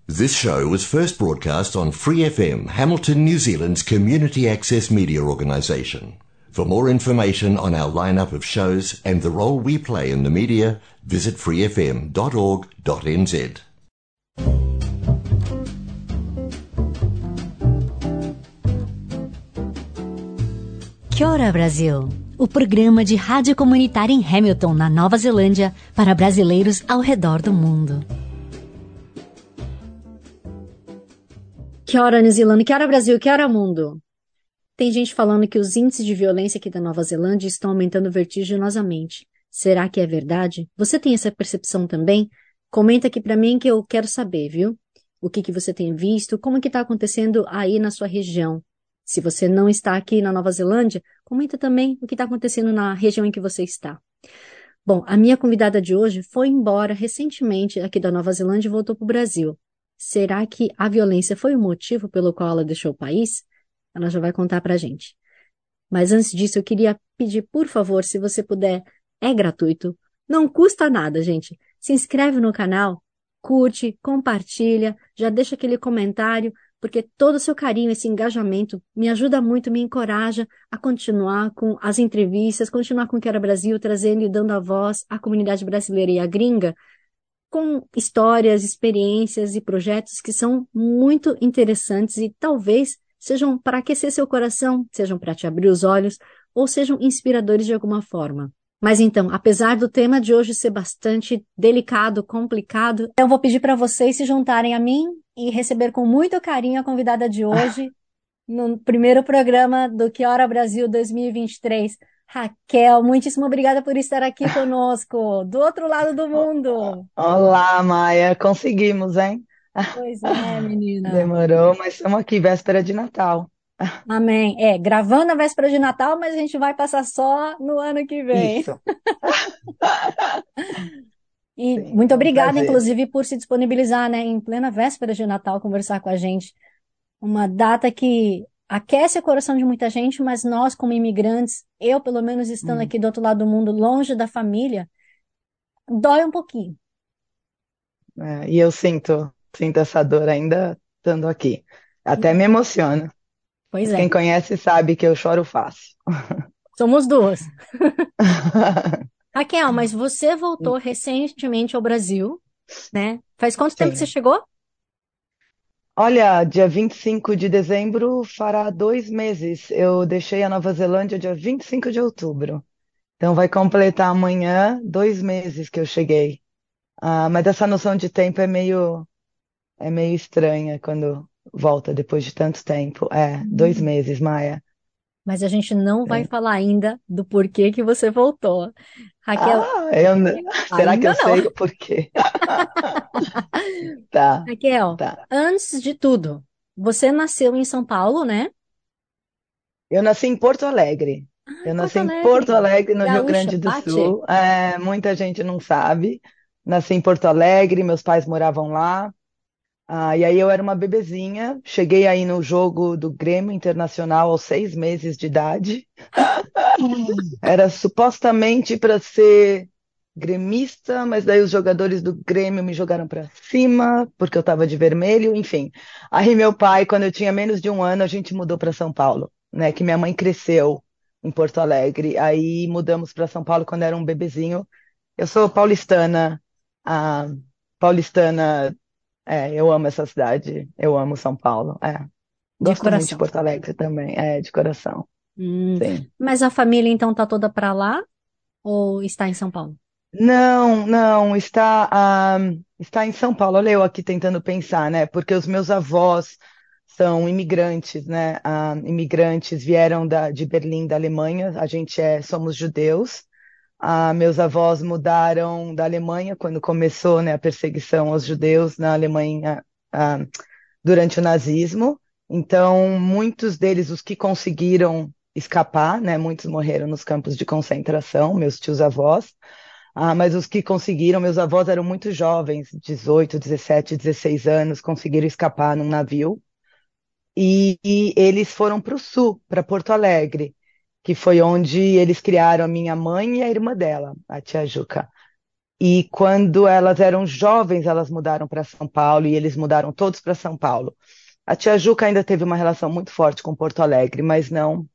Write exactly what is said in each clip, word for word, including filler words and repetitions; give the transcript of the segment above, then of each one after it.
This show was first broadcast on Free F M, Hamilton, New Zealand's community access media organisation. For more information on our lineup of shows and the role we play in the media, visit free f m dot org dot n z. Kia ora, Brasil! O programa de rádio comunitária em Hamilton, na Nova Zelândia, para brasileiros ao redor do mundo. Que hora, New Zealand? Que hora, Brasil? Que hora, mundo? Tem gente falando que os índices de violência aqui da Nova Zelândia estão aumentando vertiginosamente. Será que é verdade? Você tem essa percepção também? Comenta aqui pra mim que eu quero saber, viu? O que que você tem visto? Como que tá acontecendo aí na sua região? Se você não está aqui na Nova Zelândia, comenta também o que está acontecendo na região em que você está. Bom, a minha convidada de hoje foi embora recentemente aqui da Nova Zelândia e voltou para o Brasil. Será que a violência foi o motivo pelo qual ela deixou o país? Ela já vai contar pra gente. Mas antes disso, eu queria pedir, por favor, se você puder, é gratuito, não custa nada, gente. Se inscreve no canal, curte, compartilha, já deixa aquele comentário, porque todo o seu carinho, esse engajamento, me ajuda muito, me encoraja a continuar com as entrevistas, continuar com o Que Era Brasil, trazendo e dando a voz à comunidade brasileira e à gringa, com histórias, experiências e projetos que são muito interessantes e talvez sejam para aquecer seu coração, sejam para te abrir os olhos ou sejam inspiradores de alguma forma. Mas então, apesar do tema de hoje ser bastante delicado, complicado, eu vou pedir para vocês se juntarem a mim e receber com muito carinho a convidada de hoje no primeiro programa do Que Hora Brasil dois mil e vinte e três. Raquel, muitíssimo obrigada por estar aqui conosco, do outro lado do mundo. Olá, Maia, conseguimos, hein? Pois é, menina. Demorou, mas estamos aqui, véspera de Natal. Amém. É, gravando a véspera de Natal, mas a gente vai passar só no ano que vem. Isso. E Sim, muito é um obrigada, prazer. inclusive, por se disponibilizar, né, em plena véspera de Natal, conversar com a gente. Uma data que aquece o coração de muita gente, mas nós, como imigrantes, eu, pelo menos, estando Hum. aqui do outro lado do mundo, longe da família, dói um pouquinho. É, e eu sinto, sinto essa dor ainda estando aqui. Até me emociona. Pois Mas é, quem conhece sabe que eu choro fácil. somos duas. Raquel, mas você voltou recentemente ao Brasil, né? Faz quanto tempo que você Sim. chegou? Olha, dia vinte e cinco de dezembro fará dois meses. Eu deixei a Nova Zelândia dia vinte e cinco de outubro. Então vai completar amanhã dois meses que eu cheguei. Ah, mas essa noção de tempo é meio, é meio estranha quando volta depois de tanto tempo. É, dois Hum. meses, Maia. Mas a gente não vai É. falar ainda do porquê que você voltou. Raquel, Ah, eu, n- será que ainda eu não. sei o porquê? Tá, Raquel, tá. antes de tudo, você nasceu em São Paulo, né? Eu nasci em Porto Alegre. Ah, Eu em nasci Porto em Porto Alegre. Alegre, no Rio Gaúcha, Grande do Pati. Sul. É, muita gente não sabe. Nasci em Porto Alegre, meus pais moravam lá. Ah, e aí eu era uma bebezinha. Cheguei aí no jogo do Grêmio Internacional aos seis meses de idade. Era supostamente para ser gremista, mas daí os jogadores do Grêmio me jogaram para cima porque eu estava de vermelho, enfim. Aí meu pai, quando eu tinha menos de um ano, a gente mudou para São Paulo, né? Que minha mãe cresceu em Porto Alegre. Aí mudamos para São Paulo quando era um bebezinho. Eu sou paulistana, ah, paulistana. É, eu amo essa cidade, eu amo São Paulo. É, De gosto muito de coração. Porto Alegre também, é, de coração. Hum, Sim. mas a família então tá toda para lá ou está em São Paulo? Não, não, está, ah, está em São Paulo. Olha eu aqui tentando pensar, né? Porque os meus avós são imigrantes, né? Ah, imigrantes vieram da, de Berlim, da Alemanha. A gente é, somos judeus. Ah, meus avós mudaram da Alemanha quando começou, né, a perseguição aos judeus na Alemanha, ah, durante o nazismo. Então, muitos deles, os que conseguiram escapar, né? Muitos morreram nos campos de concentração, meus tios-avós. Ah, mas os que conseguiram, meus avós eram muito jovens, dezoito, dezessete, dezesseis anos, conseguiram escapar num navio e, e eles foram para o sul, para Porto Alegre, que foi onde eles criaram a minha mãe e a irmã dela, a tia Juca. E quando elas eram jovens, elas mudaram para São Paulo e eles mudaram todos para São Paulo. A tia Juca ainda teve uma relação muito forte com Porto Alegre, mas não,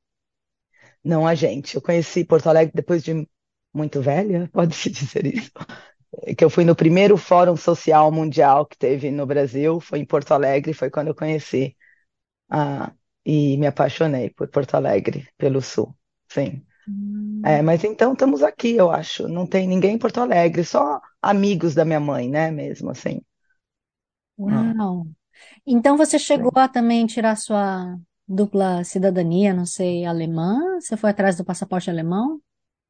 não a gente. Eu conheci Porto Alegre depois de muito velha, pode-se dizer isso, que eu fui no primeiro Fórum Social Mundial que teve no Brasil, foi em Porto Alegre, foi quando eu conheci ah, e me apaixonei por Porto Alegre, pelo Sul, sim. É, Hum. mas então estamos aqui, eu acho. Não tem ninguém em Porto Alegre, só amigos da minha mãe, né, mesmo assim. Ah, Uau! Então você chegou sim. a também tirar sua dupla cidadania, não sei, alemã? Você foi atrás do passaporte alemão?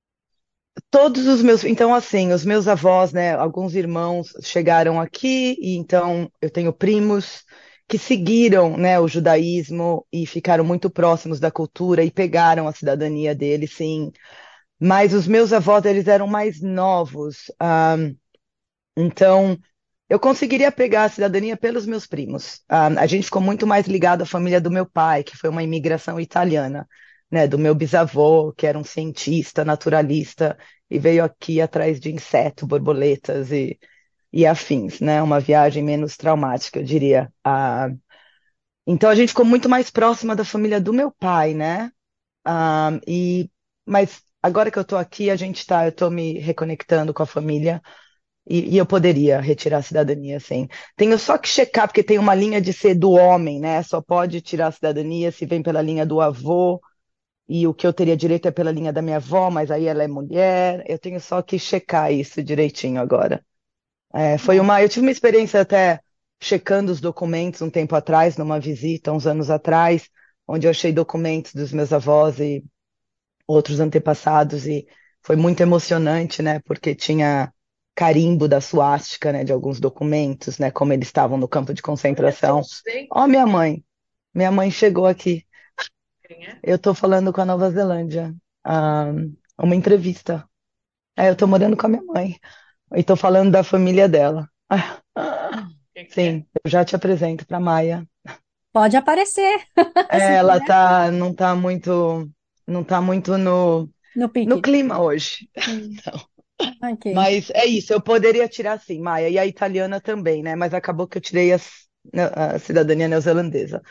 Todos os meus, então assim, os meus avós, né, alguns irmãos chegaram aqui, e então eu tenho primos que seguiram, né, o judaísmo e ficaram muito próximos da cultura e pegaram a cidadania deles, sim. Mas os meus avós, eles eram mais novos, ah, então eu conseguiria pegar a cidadania pelos meus primos. Ah, a gente ficou muito mais ligado à família do meu pai, que foi uma imigração italiana, né, do meu bisavô, que era um cientista, naturalista, e veio aqui atrás de inseto, borboletas e, e afins, né, uma viagem menos traumática, eu diria. Ah, então a gente ficou muito mais próxima da família do meu pai, né? Ah, e, mas agora que eu estou aqui, a gente tá, eu estou me reconectando com a família. E, e eu poderia retirar a cidadania, sim. Tenho só que checar, porque tem uma linha de ser do homem, né? Só pode tirar a cidadania se vem pela linha do avô, e o que eu teria direito é pela linha da minha avó, mas aí ela é mulher. Eu tenho só que checar isso direitinho agora. É, foi Bom. uma, eu tive uma experiência até checando os documentos um tempo atrás, numa visita, uns anos atrás, onde eu achei documentos dos meus avós e outros antepassados e foi muito emocionante, né? Porque tinha carimbo da suástica, né? De alguns documentos, né? Como eles estavam no campo de concentração. Ó, minha mãe, minha mãe chegou aqui. Eu estou falando com a Nova Zelândia, ah, uma entrevista. É, eu estou morando com a minha mãe e estou falando da família dela. Sim, eu já te apresento para Maia. Pode aparecer, É, se ela quiser, tá, não tá muito, não tá muito no, no no pique. clima hoje. Hum, ok. Mas é isso, eu poderia tirar sim, Maia, e a italiana também, né? Mas acabou que eu tirei a, a cidadania neozelandesa.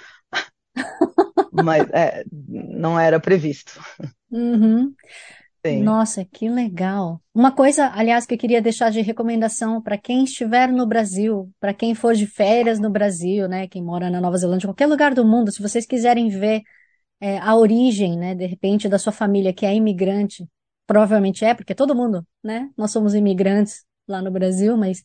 Mas é, não era previsto. Uhum. Sim. Nossa, que legal. Uma coisa, aliás, que eu queria deixar de recomendação para quem estiver no Brasil, para quem for de férias no Brasil, né, quem mora na Nova Zelândia, qualquer lugar do mundo, se vocês quiserem ver é, a origem, né, de repente, da sua família que é imigrante, provavelmente é, porque todo mundo, né, nós somos imigrantes lá no Brasil, mas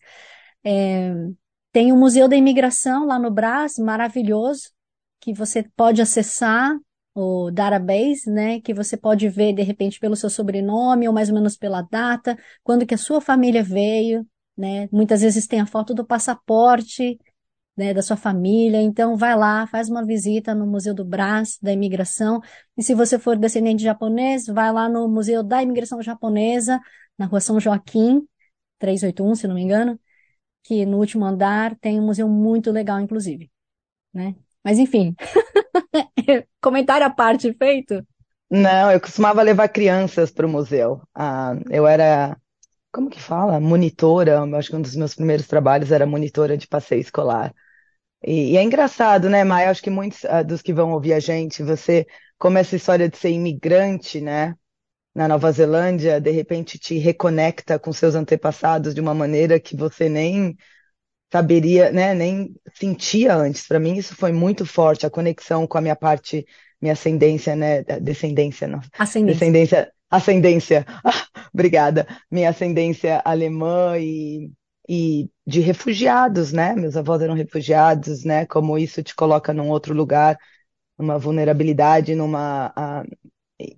é, tem o Museu da Imigração lá no Brás, maravilhoso, que você pode acessar o database, né, que você pode ver de repente pelo seu sobrenome ou mais ou menos pela data, quando que a sua família veio, né? Muitas vezes tem a foto do passaporte, né, da sua família. Então vai lá, faz uma visita no Museu do Brás da Imigração. E se você for descendente de japonês, vai lá no Museu da Imigração Japonesa, na Rua São Joaquim, trezentos e oitenta e um, se não me engano, que no último andar tem um museu muito legal, inclusive, né? Mas enfim, comentário à parte feito. Não, eu costumava levar crianças para o museu. Ah, eu era, como que fala? Monitora. Eu acho que um dos meus primeiros trabalhos era monitora de passeio escolar. E, e é engraçado, né, Maia? Acho que muitos ah, dos que vão ouvir a gente, você, como essa história de ser imigrante, né? Na Nova Zelândia, de repente te reconecta com seus antepassados de uma maneira que você nem saberia, né, nem sentia antes. Para mim, isso foi muito forte, a conexão com a minha parte, minha ascendência, né, da- descendência, não, Ascendência. descendência, ascendência, obrigada, minha ascendência alemã e, e de refugiados, né, meus avós eram refugiados, né, como isso te coloca num outro lugar, numa vulnerabilidade, numa, ah, e,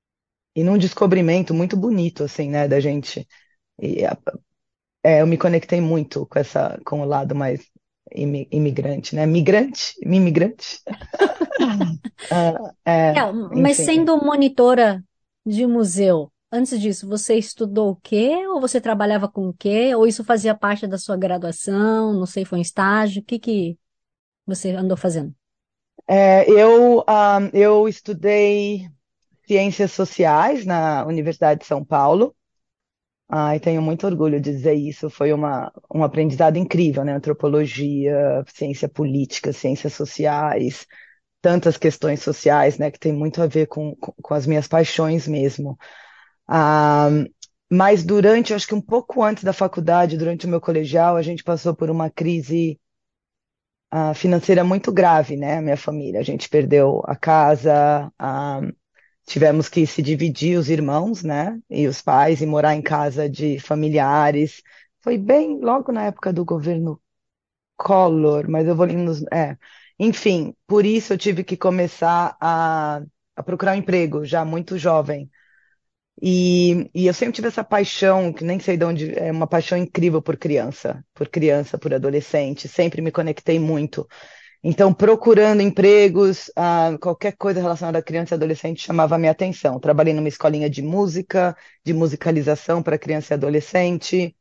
e num descobrimento muito bonito, assim, né, da gente. E, é, eu me conectei muito com essa, com o lado mais imi- imigrante, né? Migrante? Imigrante? Ah, é, É, mas enfim. sendo monitora de museu, antes disso, você estudou o quê? Ou você trabalhava com o quê? Ou isso fazia parte da sua graduação? Não sei, foi um estágio? O que que você andou fazendo? É, eu, ah, eu estudei ciências sociais na Universidade de São Paulo. Ai, tenho muito orgulho de dizer isso. Foi uma, um aprendizado incrível, né? Antropologia, ciência política, ciências sociais, tantas questões sociais, né? Que tem muito a ver com, com, com as minhas paixões mesmo. Ah, mas durante, eu acho que um pouco antes da faculdade, durante o meu colegial, a gente passou por uma crise ah, financeira muito grave, né? A minha família. A gente perdeu a casa, ah, tivemos que se dividir os irmãos, né? E os pais e morar em casa de familiares. Foi bem logo na época do governo Collor, mas eu vou lembrar nos, é. Enfim, por isso eu tive que começar a, a procurar um emprego já muito jovem. E, e eu sempre tive essa paixão, que nem sei de onde, é uma paixão incrível por criança, por criança, por adolescente, sempre me conectei muito. Então, procurando empregos, ah, qualquer coisa relacionada a criança e adolescente chamava a minha atenção. Trabalhei numa escolinha de música, de musicalização para criança e adolescente.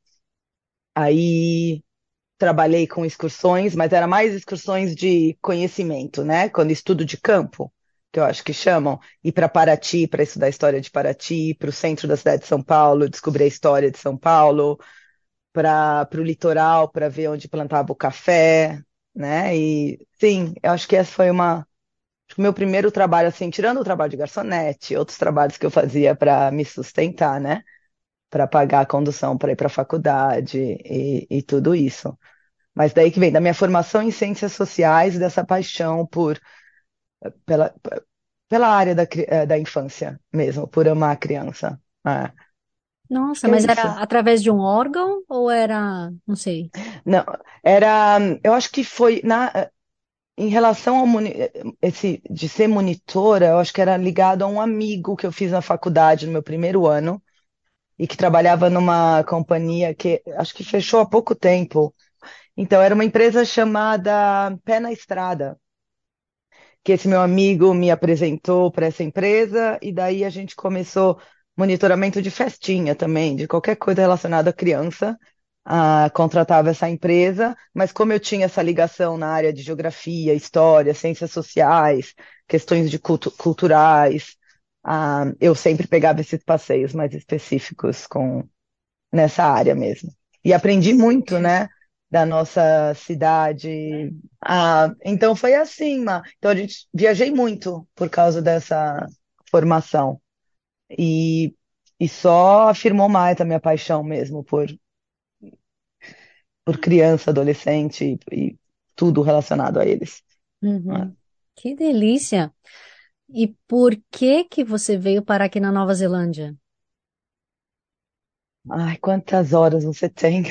Aí trabalhei com excursões, mas era mais excursões de conhecimento, né? Quando estudo de campo, que eu acho que chamam, ir para Paraty para estudar a história de Paraty, para o centro da cidade de São Paulo, descobrir a história de São Paulo, para o litoral, para ver onde plantava o café, né? E sim, eu acho que essa foi uma. Acho que o meu primeiro trabalho, assim, tirando o trabalho de garçonete, outros trabalhos que eu fazia para me sustentar, né? Para pagar a condução para ir para a faculdade e, e tudo isso. Mas daí que vem da minha formação em ciências sociais, dessa paixão por pela, pela área da, cri- eh, da infância mesmo, por amar a criança. É, acho Nossa, que é mas isso. era através de um órgão ou era, não sei. Não, era, eu acho que foi na, em relação ao moni- esse de ser monitora, eu acho que era ligado a um amigo que eu fiz na faculdade no meu primeiro ano e que trabalhava numa companhia que acho que fechou há pouco tempo. Então era uma empresa chamada Pé na Estrada, que esse meu amigo me apresentou para essa empresa, e daí a gente começou monitoramento de festinha também, de qualquer coisa relacionada à criança. Ah, contratava essa empresa, mas como eu tinha essa ligação na área de geografia, história, ciências sociais, questões de cultu- culturais, ah, eu sempre pegava esses passeios mais específicos com nessa área mesmo. E aprendi muito, né, da nossa cidade. Ah, então foi assim, Ma. Então a gente viajei muito por causa dessa formação. E, e só afirmou mais a minha paixão mesmo por, por criança, adolescente e, e tudo relacionado a eles. Ah, Uhum. Que delícia! E por que que você veio parar aqui na Nova Zelândia? ai, quantas horas você tem?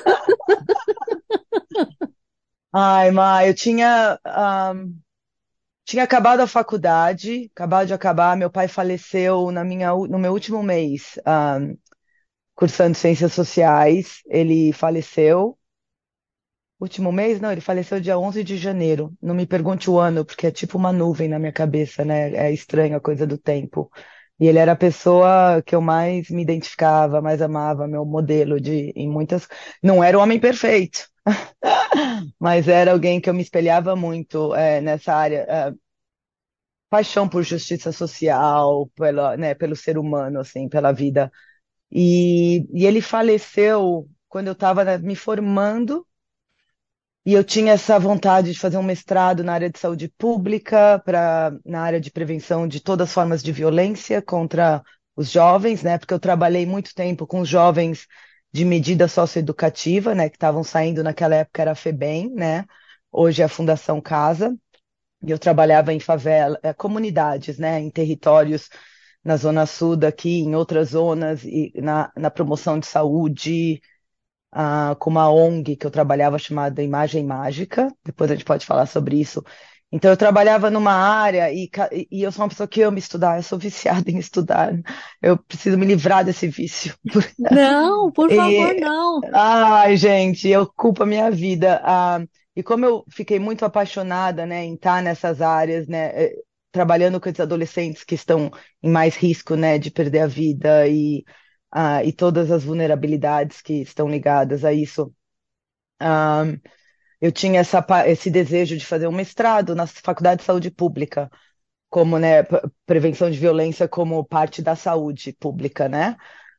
Ai, Ma, eu tinha, ah, tinha acabado a faculdade, acabado de acabar, meu pai faleceu na minha, u- no meu último mês, ah, cursando ciências sociais. Ele faleceu, último mês? Não, ele faleceu dia onze de janeiro. Não me pergunte o ano, porque é tipo uma nuvem na minha cabeça, né? É estranho a coisa do tempo. E ele era a pessoa que eu mais me identificava, mais amava, meu modelo de, em muitas. Não era o homem perfeito, mas era alguém que eu me espelhava muito, é, nessa área. É, paixão por justiça social, pela, né, pelo ser humano, assim, pela vida. E, e ele faleceu quando eu estava me formando, e eu tinha essa vontade de fazer um mestrado na área de saúde pública, pra, na área de prevenção de todas as formas de violência contra os jovens, né? Porque eu trabalhei muito tempo com os jovens de medida socioeducativa, né? Que estavam saindo naquela época, era a FEBEM, né? Hoje é a Fundação Casa. E eu trabalhava em favela, eh, comunidades, né, em territórios na Zona Sul daqui, em outras zonas, e na, na promoção de saúde, ah, com uma O N G que eu trabalhava chamada Imagem Mágica. Depois a gente pode falar sobre isso. Então eu trabalhava numa área e, ca- e eu sou uma pessoa que ama estudar, eu sou viciada em estudar. Eu preciso me livrar desse vício. Não, por favor, E, não. ai, gente, eu culpo a minha vida. Ah, e como eu fiquei muito apaixonada, né, em estar nessas áreas, né, eh, trabalhando com esses adolescentes que estão em mais risco, né, de perder a vida e, ah, e todas as vulnerabilidades que estão ligadas a isso. Ah, eu tinha essa, pa- esse desejo de fazer um mestrado na Faculdade de Saúde Pública, como, né, p- prevenção de violência como parte da saúde pública, né?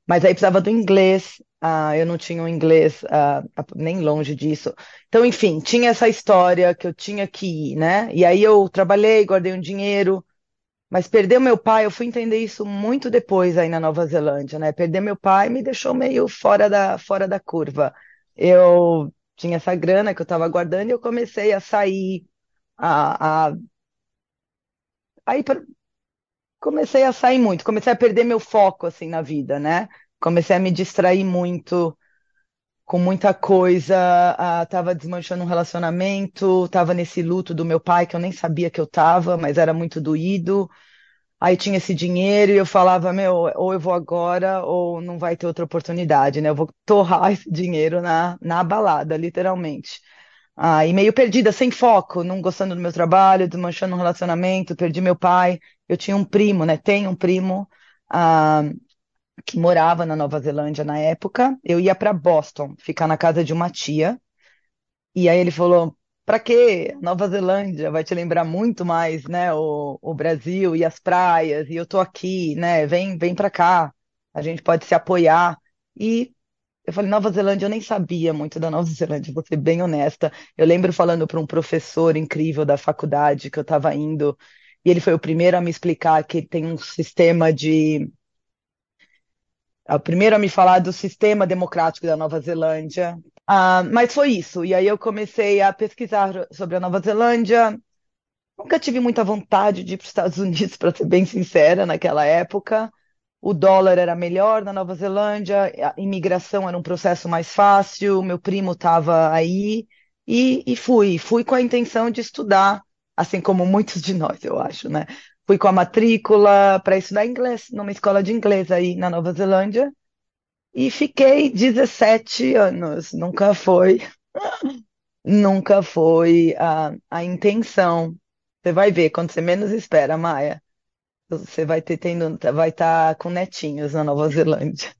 Mas aí precisava do inglês, ah, eu não tinha um inglês, ah, nem longe disso. Então, enfim, tinha essa história que eu tinha que ir, né? E aí eu trabalhei, guardei um dinheiro, mas perder meu pai, eu fui entender isso muito depois aí na Nova Zelândia, né? Perder meu pai me deixou meio fora da, fora da curva. Eu tinha essa grana que eu estava guardando e eu comecei a sair, a, a, a ir pra- comecei a sair muito, comecei a perder meu foco assim na vida, né? Comecei a me distrair muito com muita coisa, ah, tava desmanchando um relacionamento, tava nesse luto do meu pai que eu nem sabia que eu tava, mas era muito doído. Aí tinha esse dinheiro e eu falava, meu, ou eu vou agora ou não vai ter outra oportunidade, né? Eu vou torrar esse dinheiro na, na balada, literalmente. Ah, e meio perdida, sem foco, não gostando do meu trabalho, desmanchando um relacionamento, perdi meu pai. Eu tinha um primo, né? Tenho um primo, ah, que morava na Nova Zelândia na época. Eu ia para Boston, ficar na casa de uma tia. E aí ele falou: pra quê? Nova Zelândia vai te lembrar muito mais, né? O, o Brasil e as praias, e eu tô aqui, né? Vem, vem pra cá, a gente pode se apoiar. E eu falei: Nova Zelândia, eu nem sabia muito da Nova Zelândia, vou ser bem honesta. Eu lembro falando para um professor incrível da faculdade que eu estava indo, e ele foi o primeiro a me explicar que tem um sistema de. O primeiro a me falar do sistema democrático da Nova Zelândia. Ah, mas foi isso. E aí eu comecei a pesquisar sobre a Nova Zelândia. Nunca tive muita vontade de ir para os Estados Unidos, para ser bem sincera, naquela época. O dólar era melhor na Nova Zelândia, a imigração era um processo mais fácil, meu primo estava aí, e, e fui. Fui com a intenção de estudar, assim como muitos de nós, eu acho, né? Fui com a matrícula para estudar inglês, numa escola de inglês aí na Nova Zelândia. E fiquei dezessete anos. Nunca foi, nunca foi a, a intenção. Você vai ver, quando você menos espera, Maia, você vai ter tendo, vai estar com netinhos na Nova Zelândia.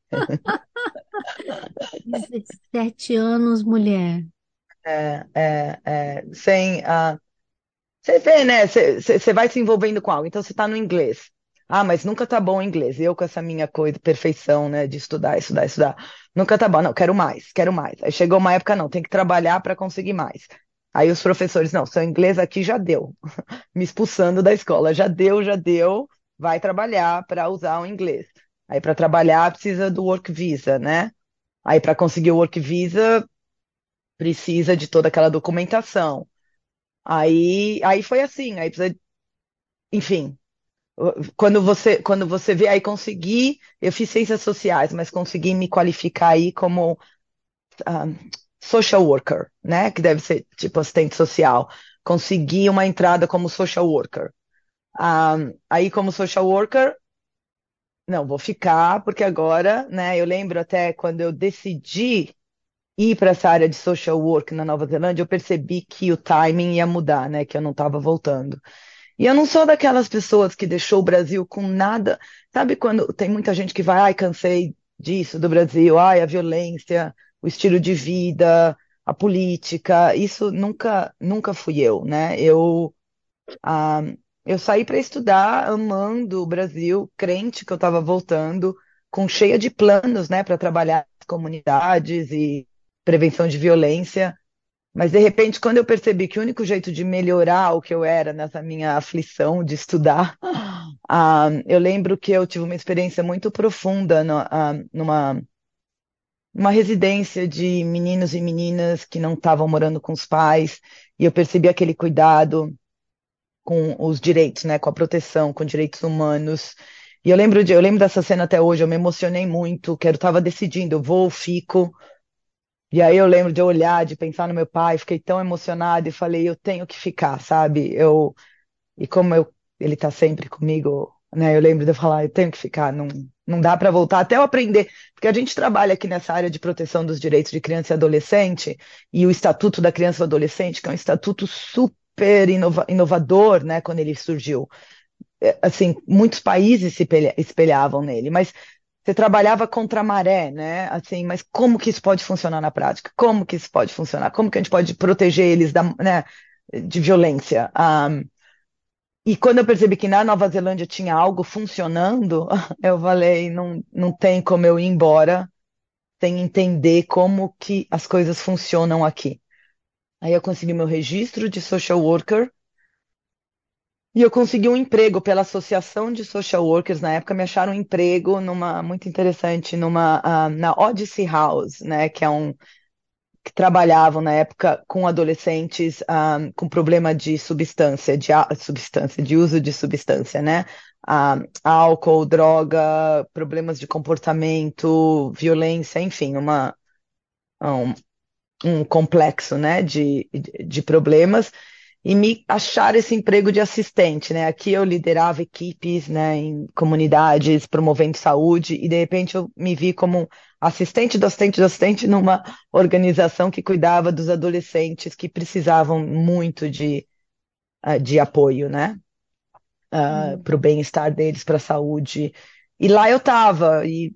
dezessete anos, mulher. É, é, é, sem, ah, você vê, né? Você você- você vai se envolvendo com algo, então você está no inglês. Ah, mas nunca tá bom o inglês. Eu com essa minha coisa, perfeição, né? De estudar, estudar, estudar. Nunca tá bom. Não, quero mais, quero mais. Aí chegou uma época, não, tem que trabalhar para conseguir mais. Aí os professores, não, seu inglês aqui já deu. Me expulsando da escola. Já deu, já deu. Vai trabalhar para usar o inglês. Aí para trabalhar precisa do work visa, né? Aí para conseguir o work visa precisa de toda aquela documentação. Aí, aí foi assim, aí precisa, enfim, quando você, quando você vê aí conseguir, eu fiz ciências sociais, mas consegui me qualificar aí como ah, social worker, né? Que deve ser tipo assistente social. Consegui uma entrada como social worker. Ah, aí, como social worker, não, vou ficar, porque agora, né? Eu lembro até quando eu decidi ir para essa área de social work na Nova Zelândia, eu percebi que o timing ia mudar, né? Que eu não estava voltando. E eu não sou daquelas pessoas que deixou o Brasil com nada. Sabe quando tem muita gente que vai, ai, cansei disso do Brasil, ai, a violência, o estilo de vida, a política. Isso nunca, nunca fui eu, né? Eu, ah, eu saí para estudar, amando o Brasil, crente que eu estava voltando, com cheia de planos, né, para trabalhar nas comunidades e prevenção de violência. Mas, de repente, quando eu percebi que o único jeito de melhorar o que eu era nessa minha aflição de estudar, ah, eu lembro que eu tive uma experiência muito profunda no- ah, numa, numa residência de meninos e meninas que não estavam morando com os pais, e eu percebi aquele cuidado com os direitos, né, com a proteção, com direitos humanos. E eu lembro de, eu lembro dessa cena até hoje, eu me emocionei muito, que eu estava decidindo, eu vou ou fico. E aí eu lembro de eu olhar, de pensar no meu pai, fiquei tão emocionada e falei, eu tenho que ficar, sabe? Eu, e como eu, ele tá sempre comigo, né? Eu lembro de eu falar, eu tenho que ficar, não, não dá para voltar até eu aprender, porque a gente trabalha aqui nessa área de proteção dos direitos de criança e adolescente, e o Estatuto da Criança e do Adolescente, que é um estatuto super inova- inovador, né, quando ele surgiu. É, assim, muitos países se espelha- espelhavam nele, mas você trabalhava contra a maré, né? Assim, mas como que isso pode funcionar na prática? Como que isso pode funcionar? Como que a gente pode proteger eles da, né, de violência? Ah, e quando eu percebi que na Nova Zelândia tinha algo funcionando, eu falei, não, não tem como eu ir embora sem entender como que as coisas funcionam aqui. Aí eu consegui meu registro de social worker e eu consegui um emprego pela Associação de Social Workers. Na época me acharam um emprego numa muito interessante numa ah, na Odyssey House, né, que é um que trabalhavam na época com adolescentes ah, com problema de substância, de a- substância, de uso de substância, né? Ah, álcool, droga, problemas de comportamento, violência, enfim, uma, um, um complexo, né, de, de de problemas e me achar esse emprego de assistente, né? Aqui eu liderava equipes, né, em comunidades, promovendo saúde, e de repente eu me vi como assistente do assistente do assistente numa organização que cuidava dos adolescentes que precisavam muito de, ah, de apoio, né? Hum. Para o bem-estar deles, para a saúde. E lá eu estava, e,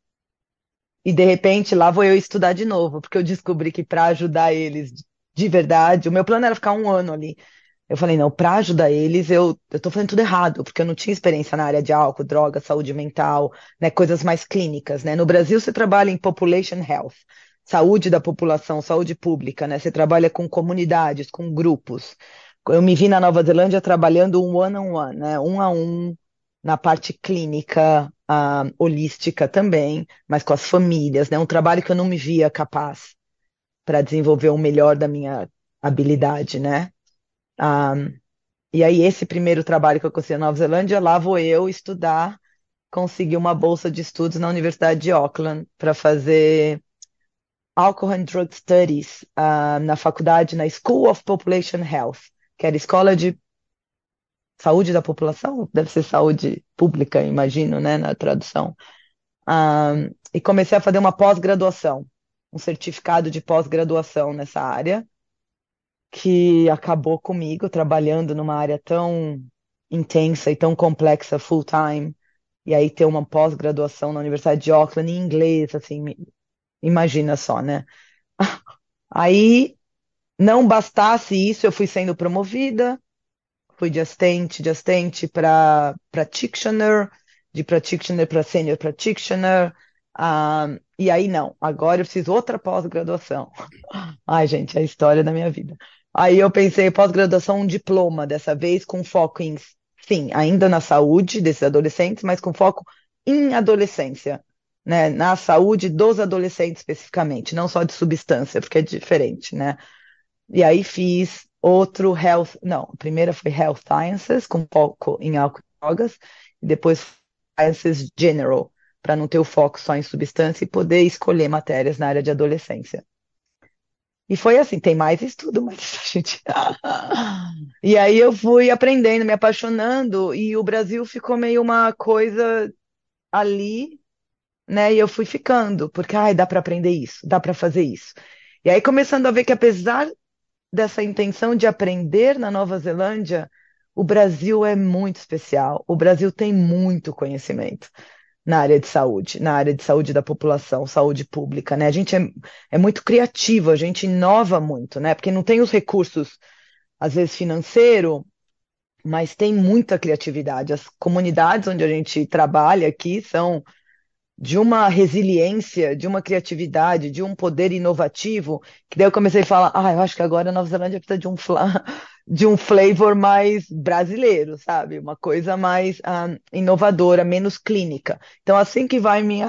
e de repente lá vou eu estudar de novo, porque eu descobri que para ajudar eles de verdade, o meu plano era ficar um ano ali. Eu falei, não, para ajudar eles, eu, eu tô fazendo tudo errado, porque eu não tinha experiência na área de álcool, droga, saúde mental, né, coisas mais clínicas, né? No Brasil, você trabalha em population health, saúde da população, saúde pública, né? Você trabalha com comunidades, com grupos. Eu me vi na Nova Zelândia trabalhando um one-on-one, né? Um a um, na parte clínica, ah, holística também, mas com as famílias, né? Um trabalho que eu não me via capaz para desenvolver o melhor da minha habilidade, né? Ah, e aí, esse primeiro trabalho que eu consegui na Nova Zelândia, lá vou eu estudar, conseguir uma bolsa de estudos na Universidade de Auckland para fazer Alcohol and Drug Studies, ah, na faculdade, na School of Population Health, que era Escola de Saúde da População, deve ser saúde pública, imagino, né, na tradução. Ah, e comecei a fazer uma pós-graduação, um certificado de pós-graduação nessa área, que acabou comigo trabalhando numa área tão intensa e tão complexa full-time, e aí ter uma pós-graduação na Universidade de Auckland em inglês, assim, me- imagina só, né? Aí, não bastasse isso, eu fui sendo promovida, fui de assistente, de assistente para practitioner, de practitioner para senior practitioner, ah, e aí não, agora eu preciso outra pós-graduação. Ai, gente, é a história da minha vida. Aí eu pensei, pós-graduação, um diploma, dessa vez com foco em, sim, ainda na saúde desses adolescentes, mas com foco em adolescência, né? Na saúde dos adolescentes especificamente, não só de substância, porque é diferente, né? E aí fiz outro health, não, a primeira foi Health Sciences, com foco em álcool e drogas, e depois Sciences General, para não ter o foco só em substância e poder escolher matérias na área de adolescência. E foi assim, tem mais estudo, mas a gente. E aí eu fui aprendendo, me apaixonando, e o Brasil ficou meio uma coisa ali, né? E eu fui ficando, porque ai, dá para aprender isso, dá para fazer isso. E aí começando a ver que apesar dessa intenção de aprender na Nova Zelândia, o Brasil é muito especial. O Brasil tem muito conhecimento na área de saúde, na área de saúde da população, saúde pública, né? A gente é, é muito criativo, a gente inova muito, né? Porque não tem os recursos, às vezes, financeiro, mas tem muita criatividade. As comunidades onde a gente trabalha aqui são de uma resiliência, de uma criatividade, de um poder inovativo, que daí eu comecei a falar, ah, eu acho que agora a Nova Zelândia precisa de um, fla- de um flavor mais brasileiro, sabe? Uma coisa mais ah, inovadora, menos clínica. Então, assim que vai minha,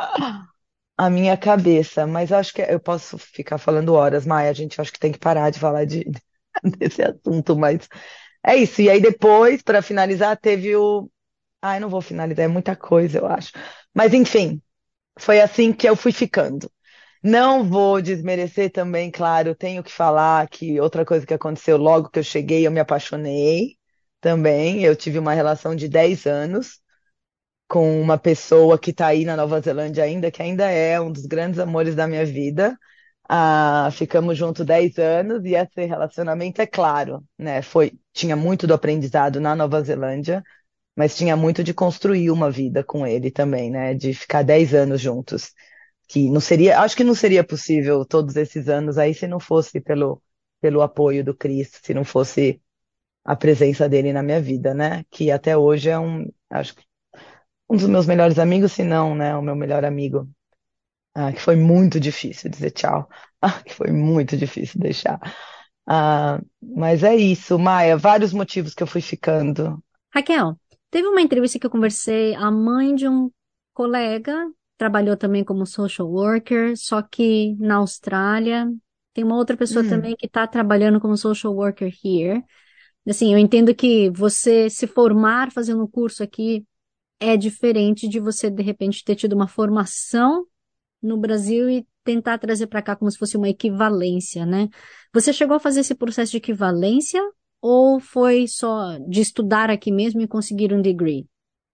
a minha cabeça, mas acho que eu posso ficar falando horas, Maia, a gente acho que tem que parar de falar de, desse assunto, mas é isso. E aí depois, para finalizar, teve o... Ai, não vou finalizar, é muita coisa, eu acho. Mas enfim, foi assim que eu fui ficando. Não vou desmerecer também, claro, tenho que falar que outra coisa que aconteceu logo que eu cheguei, eu me apaixonei também. Eu tive uma relação de dez anos com uma pessoa que está aí na Nova Zelândia ainda, que ainda é um dos grandes amores da minha vida. Ah, ficamos juntos dez anos e esse relacionamento, é claro, né? Foi, tinha muito do aprendizado na Nova Zelândia, mas tinha muito de construir uma vida com ele também, né? De ficar dez anos juntos. Que não seria, acho que não seria possível todos esses anos aí se não fosse pelo, pelo apoio do Cris, se não fosse a presença dele na minha vida, né? Que até hoje é um, acho que um dos meus melhores amigos, se não, né, o meu melhor amigo. Ah, que foi muito difícil dizer tchau. Ah, que foi muito difícil deixar. Ah, mas é isso, Maia, vários motivos que eu fui ficando. Raquel, teve uma entrevista que eu conversei, a mãe de um colega trabalhou também como social worker, só que na Austrália. Tem uma outra pessoa Hum, também que está trabalhando como social worker here. Assim, eu entendo que você se formar fazendo um curso aqui é diferente de você, de repente, ter tido uma formação no Brasil e tentar trazer para cá como se fosse uma equivalência, né? Você chegou a fazer esse processo de equivalência ou foi só de estudar aqui mesmo e conseguir um degree?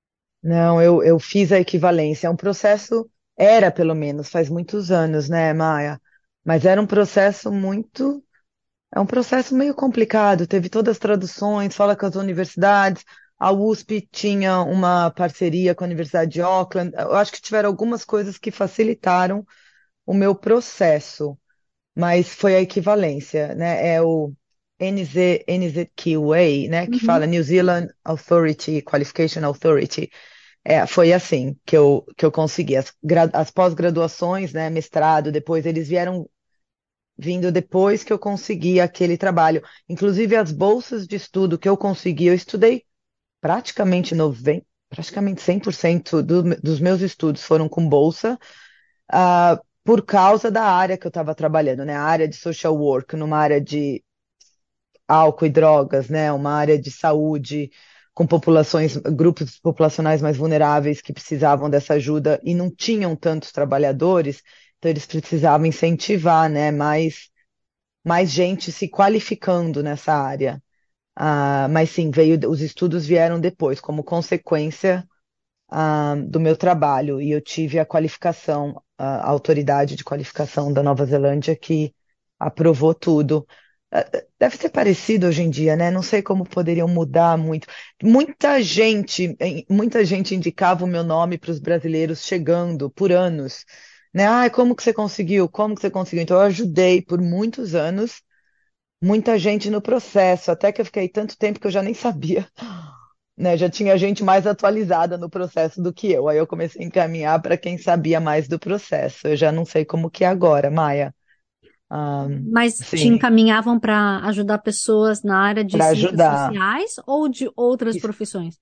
não, eu, eu fiz a equivalência. É um processo, era pelo menos, faz muitos anos, né, Maia? Mas era um processo muito. É um processo meio complicado. Teve todas as traduções, fala com as universidades. A U S P tinha uma parceria com a Universidade de Auckland. Eu acho que tiveram algumas coisas que facilitaram o meu processo, mas foi a equivalência, né? É o N Z, N Z Q A, né? Que Uhum. fala New Zealand Authority, Qualification Authority. É, foi assim que eu, que eu consegui. As, gra- as pós-graduações, né? Mestrado, depois eles vieram vindo depois que eu consegui aquele trabalho. Inclusive as bolsas de estudo que eu consegui, eu estudei praticamente noventa, praticamente cem por cento do, dos meus estudos foram com bolsa, ah, por causa da área que eu estava trabalhando, né? A área de social work, numa área de álcool e drogas, né? Uma área de saúde com populações, grupos populacionais mais vulneráveis que precisavam dessa ajuda e não tinham tantos trabalhadores, então eles precisavam incentivar, né? Mais mais gente se qualificando nessa área. Ah, mas sim, veio, os estudos vieram depois, como consequência, ah, do meu trabalho, e eu tive a qualificação, a autoridade de qualificação da Nova Zelândia que aprovou tudo. Ah, deve ser parecido hoje em dia, né? Não sei como poderiam mudar muito. Muita gente, eh, muita gente indicava o meu nome para os brasileiros chegando por anos, né? Ah, como que você conseguiu? Como que você conseguiu? Então eu ajudei por muitos anos muita gente no processo, até que eu fiquei tanto tempo que eu já nem sabia, né? Já tinha gente mais atualizada no processo do que eu. Aí eu comecei a encaminhar para quem sabia mais do processo. Eu já não sei como que é agora, Maia. Ah, Mas te sim, encaminhavam para ajudar pessoas na área de para ciências ajudar. sociais ou de outras Isso. profissões?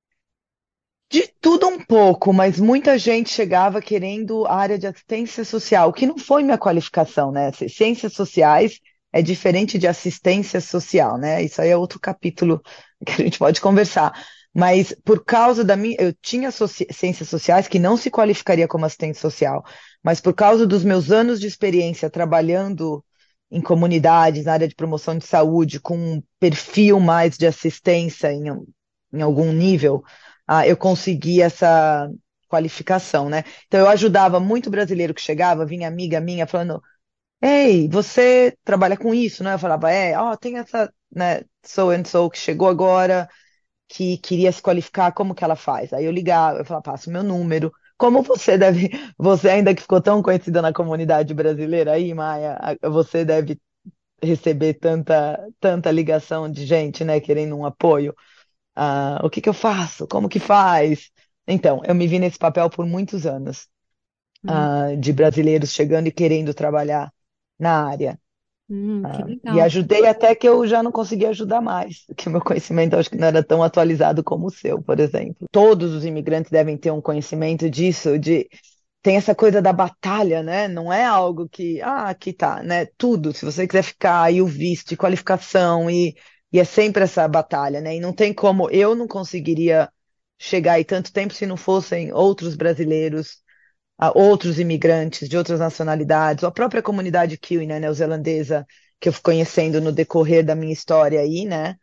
De tudo um pouco, mas muita gente chegava querendo a área de assistência social, que não foi minha qualificação, né? Ci- Ciências sociais é diferente de assistência social, né? Isso aí é outro capítulo que a gente pode conversar. Mas por causa da minha, eu tinha soci- ciências sociais que não se qualificaria como assistente social, mas por causa dos meus anos de experiência trabalhando em comunidades, na área de promoção de saúde, com um perfil mais de assistência em, em algum nível, ah, eu consegui essa qualificação, né? Então eu ajudava muito brasileiro que chegava, vinha amiga minha falando: Ei, você trabalha com isso, né? Eu falava: É, ó, tem essa, né, so and so que chegou agora, que queria se qualificar, como que ela faz? Aí eu ligava, eu falava: Passa o meu número. Como você deve, você ainda que ficou tão conhecida na comunidade brasileira aí, Maia, a- você deve receber tanta, tanta ligação de gente, né, querendo um apoio. Ah, o que que eu faço? Como que faz? Então, eu me vi nesse papel por muitos anos, Hum, ah, de brasileiros chegando e querendo trabalhar na área. hum, que Ah, e legal. ajudei até que eu já não conseguia ajudar mais, que o meu conhecimento acho que não era tão atualizado como o seu, por exemplo. Todos os imigrantes devem ter um conhecimento disso, de tem essa coisa da batalha, né? Não é algo que, ah, aqui tá, né? Tudo, se você quiser ficar, e o visto, e qualificação, e, e é sempre essa batalha, né? E não tem como, eu não conseguiria chegar aí tanto tempo se não fossem outros brasileiros, ah, outros imigrantes de outras nacionalidades, ou a própria comunidade Kiwi, né, neozelandesa, que eu fui conhecendo no decorrer da minha história aí, né?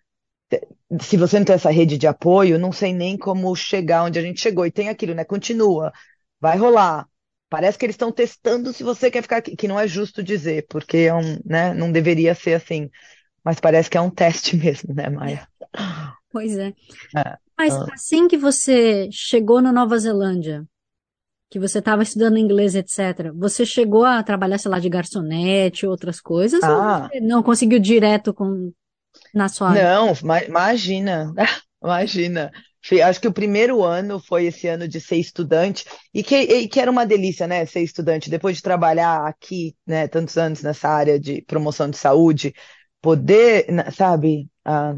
Se você não tem essa rede de apoio, não sei nem como chegar onde a gente chegou. E tem aquilo, né? Continua, vai rolar. Parece que eles estão testando se você quer ficar aqui, que não é justo dizer, porque é um, né, não deveria ser assim. Mas parece que é um teste mesmo, né, Maia? Pois é. É. Mas Ah, assim que você chegou na Nova Zelândia, que você estava estudando inglês, etcétera, você chegou a trabalhar, sei lá, de garçonete, outras coisas, ou Ah, você não conseguiu direto com. na sua. Não, ma- imagina, imagina. Fi- Acho que o primeiro ano foi esse ano de ser estudante, e que, e que era uma delícia, né, ser estudante. Depois de trabalhar aqui, né, tantos anos nessa área de promoção de saúde, poder, na- sabe, ah,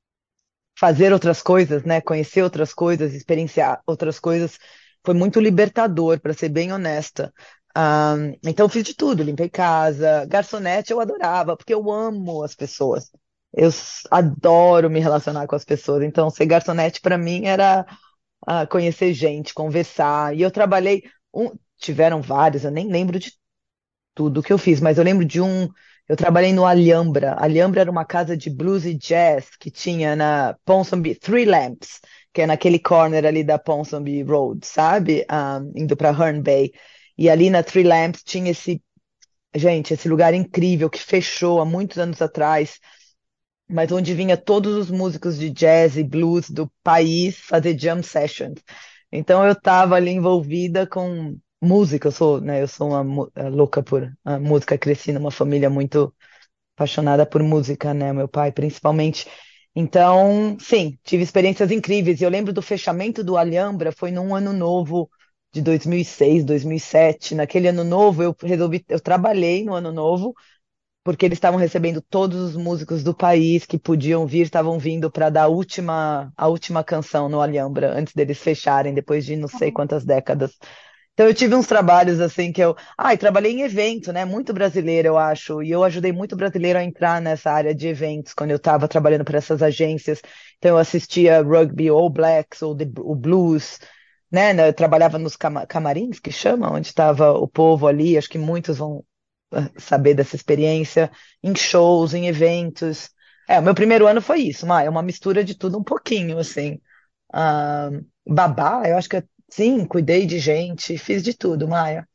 fazer outras coisas, né, conhecer outras coisas, experienciar outras coisas, foi muito libertador, para ser bem honesta. Ah, então fiz de tudo, limpei casa, garçonete eu adorava, porque eu amo as pessoas. Eu s- adoro me relacionar com as pessoas. Então, ser garçonete para mim era ah, conhecer gente, conversar. E eu trabalhei, um- tiveram vários, eu nem lembro de tudo que eu fiz, mas eu lembro de um. Eu trabalhei no Alhambra. Alhambra era uma casa de blues e jazz que tinha na Ponsonby, Three Lamps, que é naquele corner ali da Ponsonby Road, sabe? Ah, indo para Herne Bay. E ali na Three Lamps tinha esse, gente, esse lugar incrível que fechou há muitos anos atrás, mas onde vinha todos os músicos de jazz e blues do país fazer jam sessions. Então eu estava ali envolvida com música, eu sou, né, eu sou uma mu- eh, louca por ah, música, cresci numa família muito apaixonada por música, né, meu pai principalmente. Então, sim, tive experiências incríveis. E eu lembro do fechamento do Alhambra, foi num ano novo de dois mil e seis, dois mil e sete. Naquele ano novo, eu resolvi, eu trabalhei no ano novo porque eles estavam recebendo todos os músicos do país que podiam vir, estavam vindo para dar a última, a última canção no Alhambra, antes deles fecharem, depois de não sei quantas décadas. Então eu tive uns trabalhos assim que eu. Ah, e trabalhei em evento, né? Muito brasileiro, eu acho. E eu ajudei muito brasileiro a entrar nessa área de eventos, quando eu estava trabalhando para essas agências. Então eu assistia rugby All Blacks ou the- o blues, né? Eu trabalhava nos cama- camarins, que chama, onde estava o povo ali. Acho que muitos vão ah, saber dessa experiência, em shows, em eventos. É, o meu primeiro ano foi isso, Maia, uma mistura de tudo um pouquinho, assim. Ah, babá, eu acho que sim, cuidei de gente, fiz de tudo, Maia.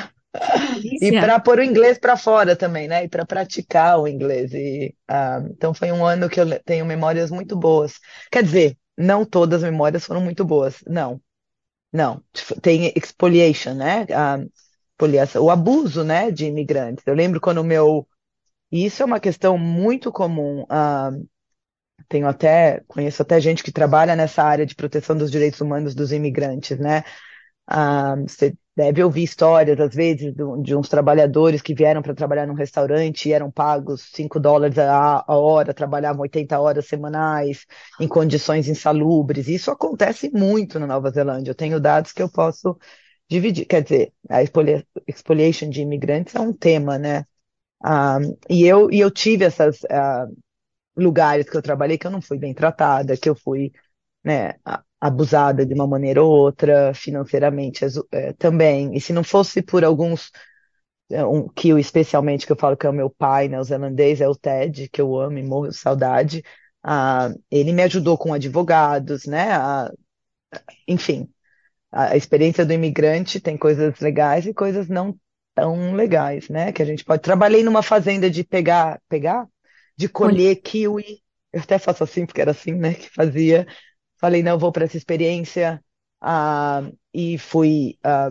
E Delícia. para pôr o inglês para fora também, né? E para praticar o inglês. E, ah, então foi um ano que eu le- tenho memórias muito boas. Quer dizer, não todas as memórias foram muito boas. Não, não. Tem expoliation, né? Ah, expoliação, o abuso, né, de imigrantes. Eu lembro quando o meu. E isso é uma questão muito comum. ah, tenho até, conheço até gente que trabalha nessa área de proteção dos direitos humanos dos imigrantes, né? Ah, você deve ouvir histórias, às vezes, de, um- de uns trabalhadores que vieram para trabalhar num restaurante e eram pagos cinco dólares a, a hora, trabalhavam oitenta horas semanais, em condições insalubres. Isso acontece muito na Nova Zelândia. Eu tenho dados que eu posso dividir. Quer dizer, a expolia- expoliation de imigrantes é um tema, né? Ah, e eu, e eu tive esses lugares que eu trabalhei que eu não fui bem tratada, que eu fui, né, a- abusada de uma maneira ou outra, financeiramente azu- eh, também. E se não fosse por alguns, eh, um Kiwi especialmente, que eu falo que é o meu pai neozelandês, é o Ted, que eu amo e morro de saudade, ah, ele me ajudou com advogados, né? ah, enfim, a a experiência do imigrante tem coisas legais e coisas não tão legais, né? Que a gente pode. Trabalhei numa fazenda de pegar, pegar, de Olha, colher kiwi. Eu até faço assim, porque era assim, né, que fazia. Falei, não, eu vou para essa experiência. Ah, e fui. ah,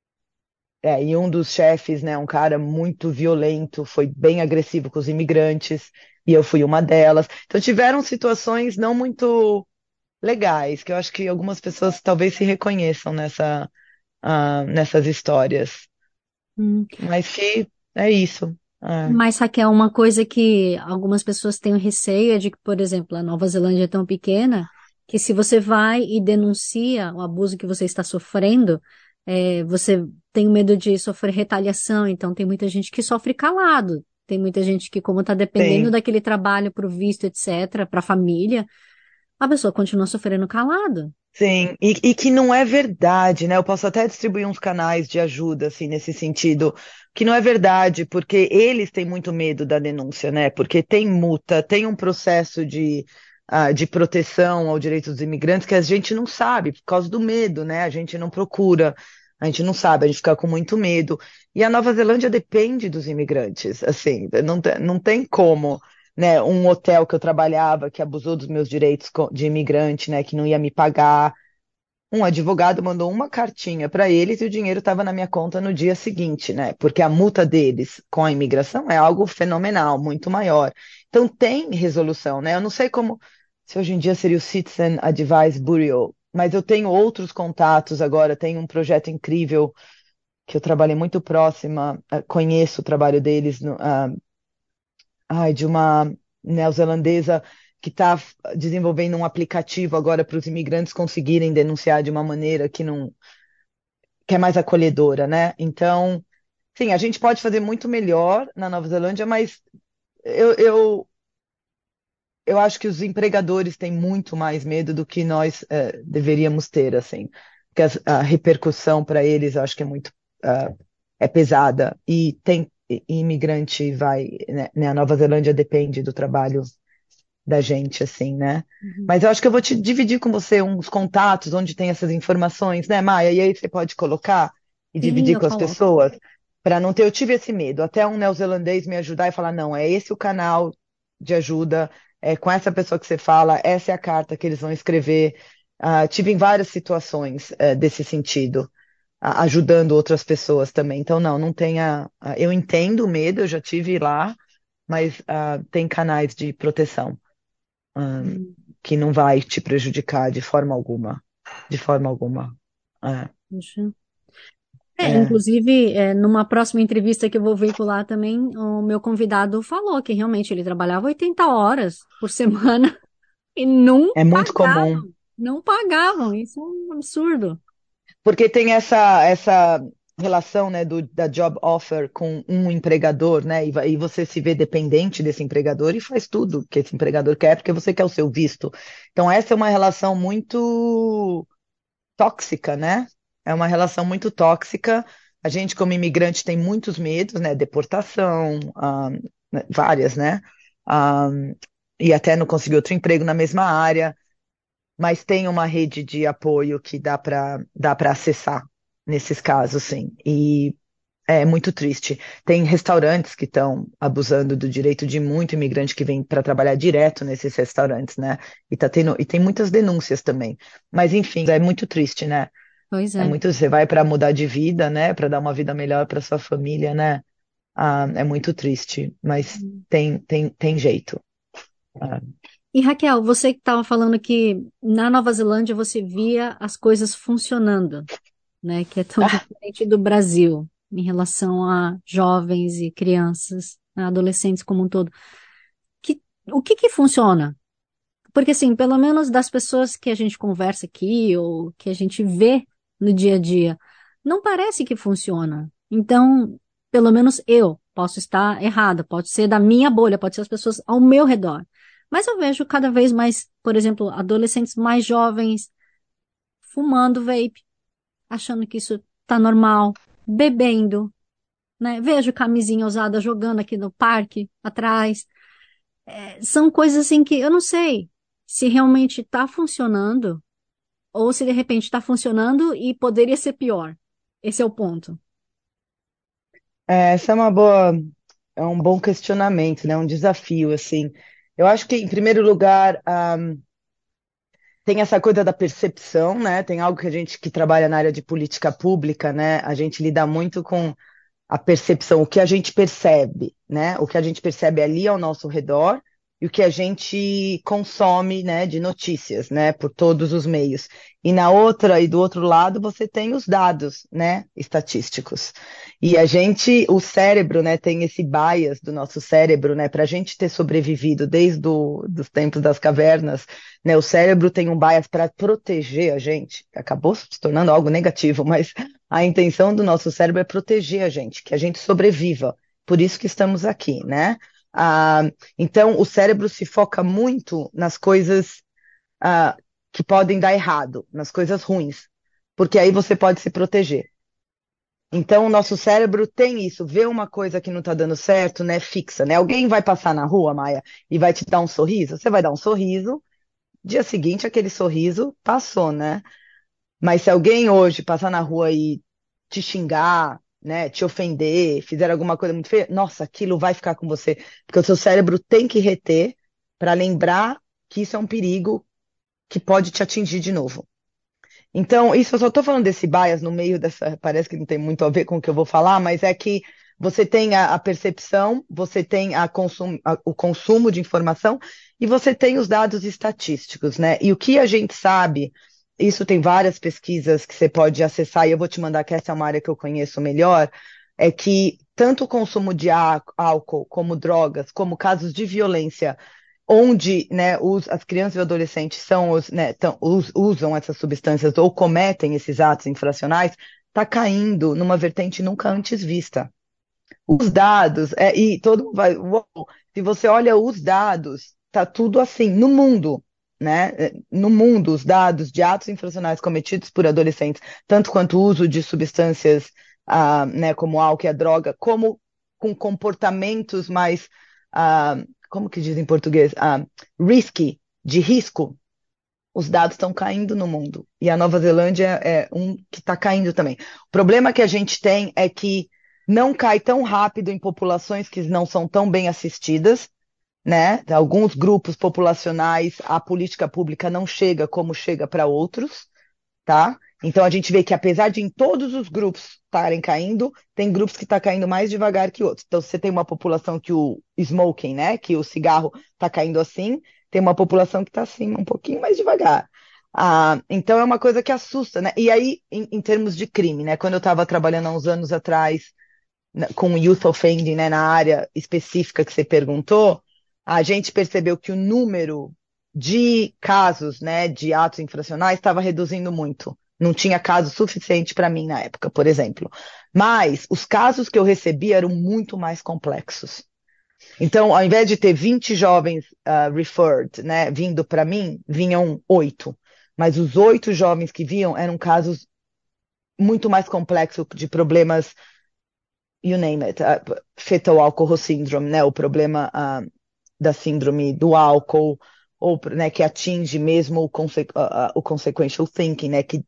é, e um dos chefes, né, um cara muito violento, foi bem agressivo com os imigrantes, e eu fui uma delas. Então tiveram situações não muito legais, que eu acho que algumas pessoas talvez se reconheçam nessa, ah, nessas histórias. hum, Mas que é isso. É. mas Raquel, uma coisa que algumas pessoas têm receio é de que, por exemplo, a Nova Zelândia é tão pequena que se você vai e denuncia o abuso que você está sofrendo, é, você tem medo de sofrer retaliação. Então, tem muita gente que sofre calado. Tem muita gente que, como está dependendo Sim, daquele trabalho para o visto, etc., para a família, a pessoa continua sofrendo calado. sim. E, e que não é verdade, né? Eu posso até distribuir uns canais de ajuda, assim, nesse sentido, que não é verdade, porque eles têm muito medo da denúncia, né? Porque tem multa, tem um processo de, ah, de proteção ao direito dos imigrantes que a gente não sabe, por causa do medo, né? A gente não procura, a gente não sabe, a gente fica com muito medo. E a Nova Zelândia depende dos imigrantes, assim, não, tem- não tem como, né, um hotel que eu trabalhava que abusou dos meus direitos co- de imigrante, né, que não ia me pagar. Um advogado mandou uma cartinha para eles e o dinheiro estava na minha conta no dia seguinte, né? Porque a multa deles com a imigração é algo fenomenal, muito maior. Então tem resolução, né? Eu não sei como, se hoje em dia seria o Citizen Advice Bureau, mas eu tenho outros contatos agora, tenho um projeto incrível que eu trabalhei muito próxima, eh, conheço o trabalho deles, no, ah, ai, de uma neozelandesa que está desenvolvendo um aplicativo agora para os imigrantes conseguirem denunciar de uma maneira que não, que é mais acolhedora, né? Então, sim, a gente pode fazer muito melhor na Nova Zelândia, mas eu, eu, eu acho que os empregadores têm muito mais medo do que nós eh, deveríamos ter, assim, porque as- a repercussão para eles eu acho que é muito ah, é pesada e tem e- imigrante vai, né, né, a Nova Zelândia depende do trabalho da gente, assim, né? Uhum. Mas eu acho que eu vou te dividir com você uns contatos onde tem essas informações, né, Maia? E aí você pode colocar e Sim, dividir eu com as coloco. pessoas para não ter. Eu tive esse medo, até um neozelandês me ajudar e falar, não, é esse o canal de ajuda, é com essa pessoa que você fala, essa é a carta que eles vão escrever. Ah, tive em várias situações eh, desse sentido, a- ajudando outras pessoas também. Então, não, não tenha. ah, Eu entendo o medo, eu já tive lá, mas ah, tem canais de proteção ah, Hum, que não vai te prejudicar de forma alguma. De forma alguma. É, Puxa. É, é, inclusive, é, numa próxima entrevista que eu vou veicular também, o meu convidado falou que realmente ele trabalhava oitenta horas por semana e não é muito comum. pagavam, não pagavam. Isso é um absurdo. Porque tem essa, essa relação, né, do, da job offer com um empregador, né, e, va- e você se vê dependente desse empregador e faz tudo que esse empregador quer, porque você quer o seu visto. Então, essa é uma relação muito tóxica, né? É uma relação muito tóxica. A gente, como imigrante, tem muitos medos, né? Deportação, ah, né, várias, né? Ah, e até não conseguir outro emprego na mesma área, mas tem uma rede de apoio que dá para dá para acessar nesses casos, sim. E é muito triste. Tem restaurantes que estão abusando do direito de muito imigrante que vem para trabalhar direto nesses restaurantes, né? E tá tendo, e tem muitas denúncias também. Mas enfim, é muito triste, né? Pois É é. muito, você vai para mudar de vida, né? Para dar uma vida melhor para sua família, né? Ah, é muito triste, mas tem, tem, tem jeito. Ah, E Raquel, você que estava falando que na Nova Zelândia você via as coisas funcionando, né? Que é tão ah, diferente do Brasil em relação a jovens e crianças, né, adolescentes como um todo. Que, o que que funciona? Porque, assim, pelo menos das pessoas que a gente conversa aqui ou que a gente vê no dia a dia, não parece que funciona. Então, pelo menos eu posso estar errada, pode ser da minha bolha, pode ser as pessoas ao meu redor. Mas eu vejo cada vez mais, por exemplo, adolescentes mais jovens fumando vape, achando que isso tá normal, bebendo, né? Vejo camisinha usada jogando aqui no parque, atrás. São coisas assim que eu não sei se realmente está funcionando ou se de repente está funcionando e poderia ser pior. Esse é o ponto. é, essa é uma boa, é um bom questionamento, né? Um desafio, assim. Eu acho que, em primeiro lugar, ah, tem essa coisa da percepção, né? Tem algo que a gente que trabalha na área de política pública, né? A gente lida muito com a percepção, o que a gente percebe, né? O que a gente percebe ali ao nosso redor e o que a gente consome, né, de notícias, né, por todos os meios. E na outra e do outro lado você tem os dados, né, estatísticos. E a gente, o cérebro, né, tem esse bias do nosso cérebro, né, para a gente ter sobrevivido desde o, dos tempos das cavernas, né, o cérebro tem um bias para proteger a gente. Acabou se tornando algo negativo, mas a intenção do nosso cérebro é proteger a gente, que a gente sobreviva. Por isso que estamos aqui, né? Ah, então, o cérebro se foca muito nas coisas ah, que podem dar errado, nas coisas ruins, porque aí você pode se proteger. Então, o nosso cérebro tem isso, vê uma coisa que não está dando certo, né? Fixa, né? Alguém vai passar na rua, Maia, e vai te dar um sorriso, você vai dar um sorriso, dia seguinte aquele sorriso passou, né? Mas se alguém hoje passar na rua e te xingar, né, te ofender, fizer alguma coisa muito feia, nossa, aquilo vai ficar com você, porque o seu cérebro tem que reter para lembrar que isso é um perigo que pode te atingir de novo. Então, isso eu só estou falando desse bias no meio dessa, parece que não tem muito a ver com o que eu vou falar, mas é que Você tem a, a percepção, você tem a consum, a, o consumo de informação e você tem os dados estatísticos, né? E o que a gente sabe, isso tem várias pesquisas que você pode acessar, e eu vou te mandar, que essa é uma área que eu conheço melhor, é que tanto o consumo de álcool, como drogas, como casos de violência, onde, né, os, as crianças e adolescentes são os, né, tão, us, usam essas substâncias ou cometem esses atos infracionais, está caindo numa vertente nunca antes vista. Os dados, é, e todo mundo vai, uou, se você olha os dados, tá tudo assim, no mundo, né? No mundo, os dados de atos infracionais cometidos por adolescentes, tanto quanto o uso de substâncias, ah, né, como álcool e a droga, como com comportamentos mais, ah, como que diz em português? Ah, risky, de risco, os dados estão caindo no mundo. E a Nova Zelândia é um que está caindo também. O problema que a gente tem é que não cai tão rápido em populações que não são tão bem assistidas, né? Alguns grupos populacionais, a política pública não chega como chega para outros, tá? Então a gente vê que apesar de em todos os grupos estarem caindo, tem grupos que estão tá caindo mais devagar que outros. Então você tem uma população que o smoking, né? Que o cigarro está caindo assim, tem uma população que está assim, um pouquinho mais devagar. Ah, então é uma coisa que assusta, né? E aí, em, em termos de crime, né? Quando eu estava trabalhando há uns anos atrás com youth offending, né, na área específica que você perguntou, a gente percebeu que o número de casos, né, de atos infracionais estava reduzindo muito. Não tinha caso suficiente para mim na época, por exemplo. Mas os casos que eu recebia eram muito mais complexos. Então, ao invés de ter vinte jovens uh, referred, né, vindo para mim, vinham oito. Mas os oito jovens que vinham eram casos muito mais complexos de problemas, you name it, uh, fetal alcohol syndrome, né, o problema uh, da síndrome do álcool, ou, né, que atinge mesmo o, conse uh, o consequential thinking, né, que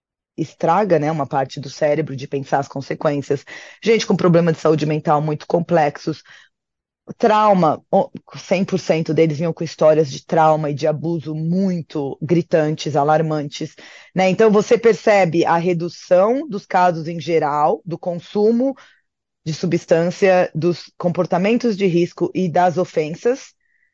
estraga, né, uma parte do cérebro de pensar as consequências. Gente com problema de saúde mental muito complexos. Trauma, cem por cento deles vinham com histórias de trauma e de abuso muito gritantes, alarmantes, né? Então você percebe a redução dos casos em geral, do consumo de substância, dos comportamentos de risco e das ofensas,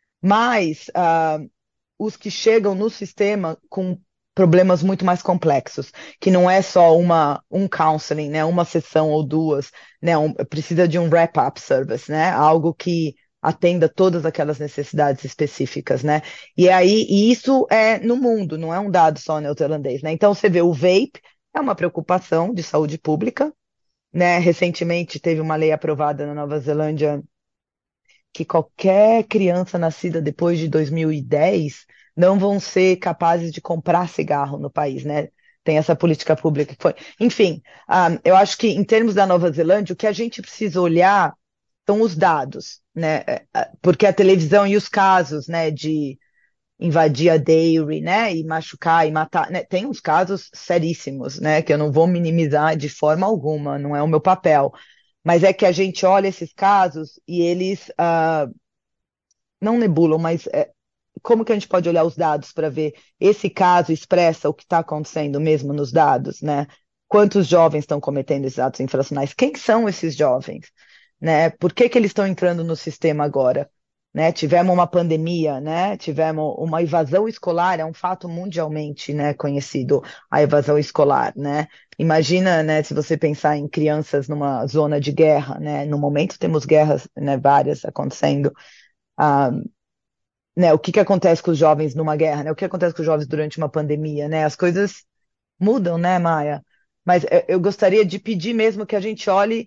mas uh, os que chegam no sistema com problemas muito mais complexos, que não é só uma, um counseling, né, uma sessão ou duas, né, um, precisa de um wrap-up service, né, algo que atenda todas aquelas necessidades específicas, né, e aí, e isso é no mundo, não é um dado só neozelandês, né, então você vê o vape é uma preocupação de saúde pública, né, recentemente teve uma lei aprovada na Nova Zelândia que qualquer criança nascida depois de dois mil e dez não vão ser capazes de comprar cigarro no país, né? Tem essa política pública que foi. Enfim, um, eu acho que em termos da Nova Zelândia, o que a gente precisa olhar são os dados, né? Porque a televisão e os casos, né, de invadir a dairy, né, e machucar e matar, né? Tem uns casos seríssimos, né, que eu não vou minimizar de forma alguma, não é o meu papel. Mas é que a gente olha esses casos e eles uh, não nebulam, mas é, como que a gente pode olhar os dados para ver esse caso expressa o que está acontecendo mesmo nos dados, né? Quantos jovens estão cometendo esses atos infracionais? Quem são esses jovens? Né? Por que que eles estão entrando no sistema agora? Né? Tivemos uma pandemia, né? Tivemos uma evasão escolar, é um fato mundialmente, né, conhecido, a evasão escolar, né? Imagina, né, se você pensar em crianças numa zona de guerra, né? No momento temos guerras, né, várias acontecendo. Ah, né, o que que acontece com os jovens numa guerra, né? O que acontece com os jovens durante uma pandemia, né? As coisas mudam, né, Maia? Mas eu, eu gostaria de pedir mesmo que a gente olhe,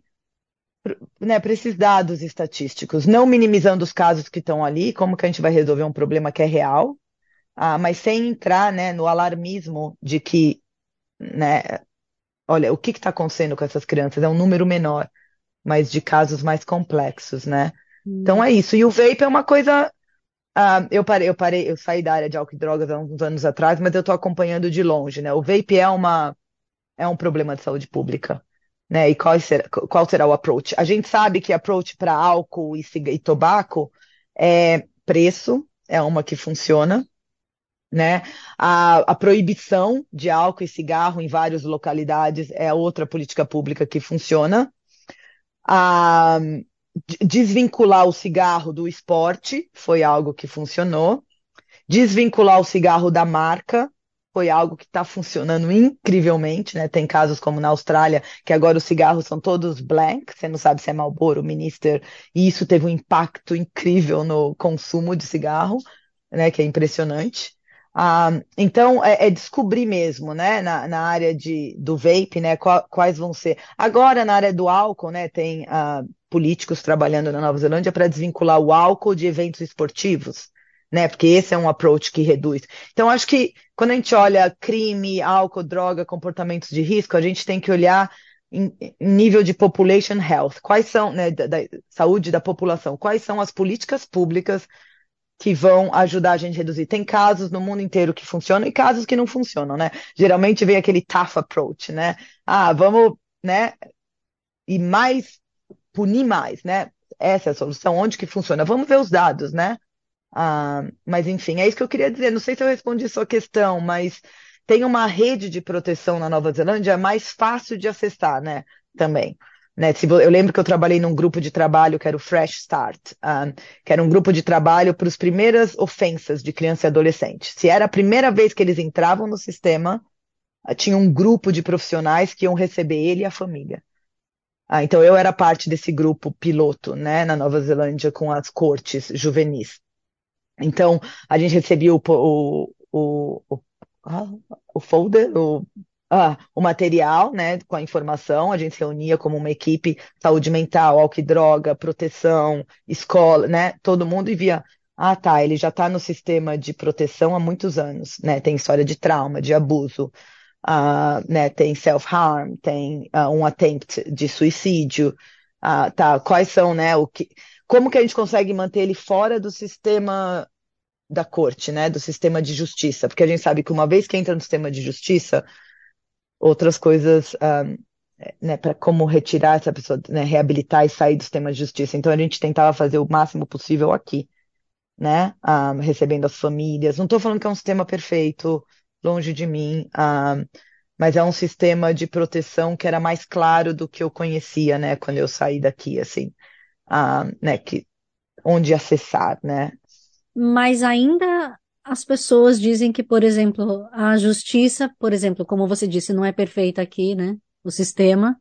né, para esses dados estatísticos, não minimizando os casos que estão ali, como que a gente vai resolver um problema que é real, ah, mas sem entrar, né, no alarmismo de que, né, olha, o que está acontecendo com essas crianças? É um número menor, mas de casos mais complexos, né? Então Hum. é isso. E o vape é uma coisa. Ah, eu parei, eu parei, eu saí da área de álcool e drogas há uns anos atrás, mas eu estou acompanhando de longe, né? O vape é uma, é um problema de saúde pública, né? E qual será, qual será o approach? A gente sabe que approach para álcool e, ciga- e tabaco é preço, é uma que funciona, né? A, a proibição de álcool e cigarro em várias localidades é outra política pública que funciona. A d- desvincular o cigarro do esporte foi algo que funcionou. Desvincular o cigarro da marca foi algo que está funcionando incrivelmente, né? Tem casos como na Austrália, que agora os cigarros são todos blank, você não sabe se é Marlboro, Minister, e isso teve um impacto incrível no consumo de cigarro, né? Que é impressionante. Ah, então, é, é descobrir mesmo, né, na, na área de, do vape, né, qua- quais vão ser. Agora, na área do álcool, né, tem ah, políticos trabalhando na Nova Zelândia para desvincular o álcool de eventos esportivos, né? Porque esse é um approach que reduz. Então, acho que quando a gente olha crime, álcool, droga, comportamentos de risco, a gente tem que olhar em, em nível de population health. Quais são, né, da, da saúde da população? Quais são as políticas públicas que vão ajudar a gente a reduzir? Tem casos no mundo inteiro que funcionam e casos que não funcionam, né? Geralmente vem aquele tough approach, né? Ah, vamos, né? E mais, punir mais, né? Essa é a solução. Onde que funciona? Vamos ver os dados, né? Ah, mas enfim, é isso que eu queria dizer. Não sei se eu respondi sua questão, mas tem uma rede de proteção na Nova Zelândia mais fácil de acessar, né? Também. Né? Se vo- eu lembro que eu trabalhei num grupo de trabalho que era o Fresh Start, ah, que era um grupo de trabalho para as primeiras ofensas de criança e adolescente. Se era a primeira vez que eles entravam no sistema, ah, tinha um grupo de profissionais que iam receber ele e a família. Ah, então eu era parte desse grupo piloto, né, na Nova Zelândia com as cortes juvenis. Então, a gente recebia o, po- o, o, o, ah, o folder, o, ah, o material, né, com a informação, a gente se reunia como uma equipe, saúde mental, álcool e droga, proteção, escola, né, todo mundo e via, ah, tá, ele já está no sistema de proteção há muitos anos, né, tem história de trauma, de abuso, ah, né, tem self-harm, tem ah, um attempt de suicídio, ah, tá, quais são, né, o que, como que a gente consegue manter ele fora do sistema da corte, né, do sistema de justiça, porque a gente sabe que uma vez que entra no sistema de justiça, outras coisas, ah, né, para como retirar essa pessoa, né, reabilitar e sair do sistema de justiça. Então a gente tentava fazer o máximo possível aqui, né, ah, recebendo as famílias. Não estou falando que é um sistema perfeito, longe de mim, ah, mas é um sistema de proteção que era mais claro do que eu conhecia, né, quando eu saí daqui, assim, ah, né, que onde acessar, né? Mas ainda as pessoas dizem que, por exemplo, a justiça, por exemplo, como você disse, não é perfeita aqui, né? O sistema.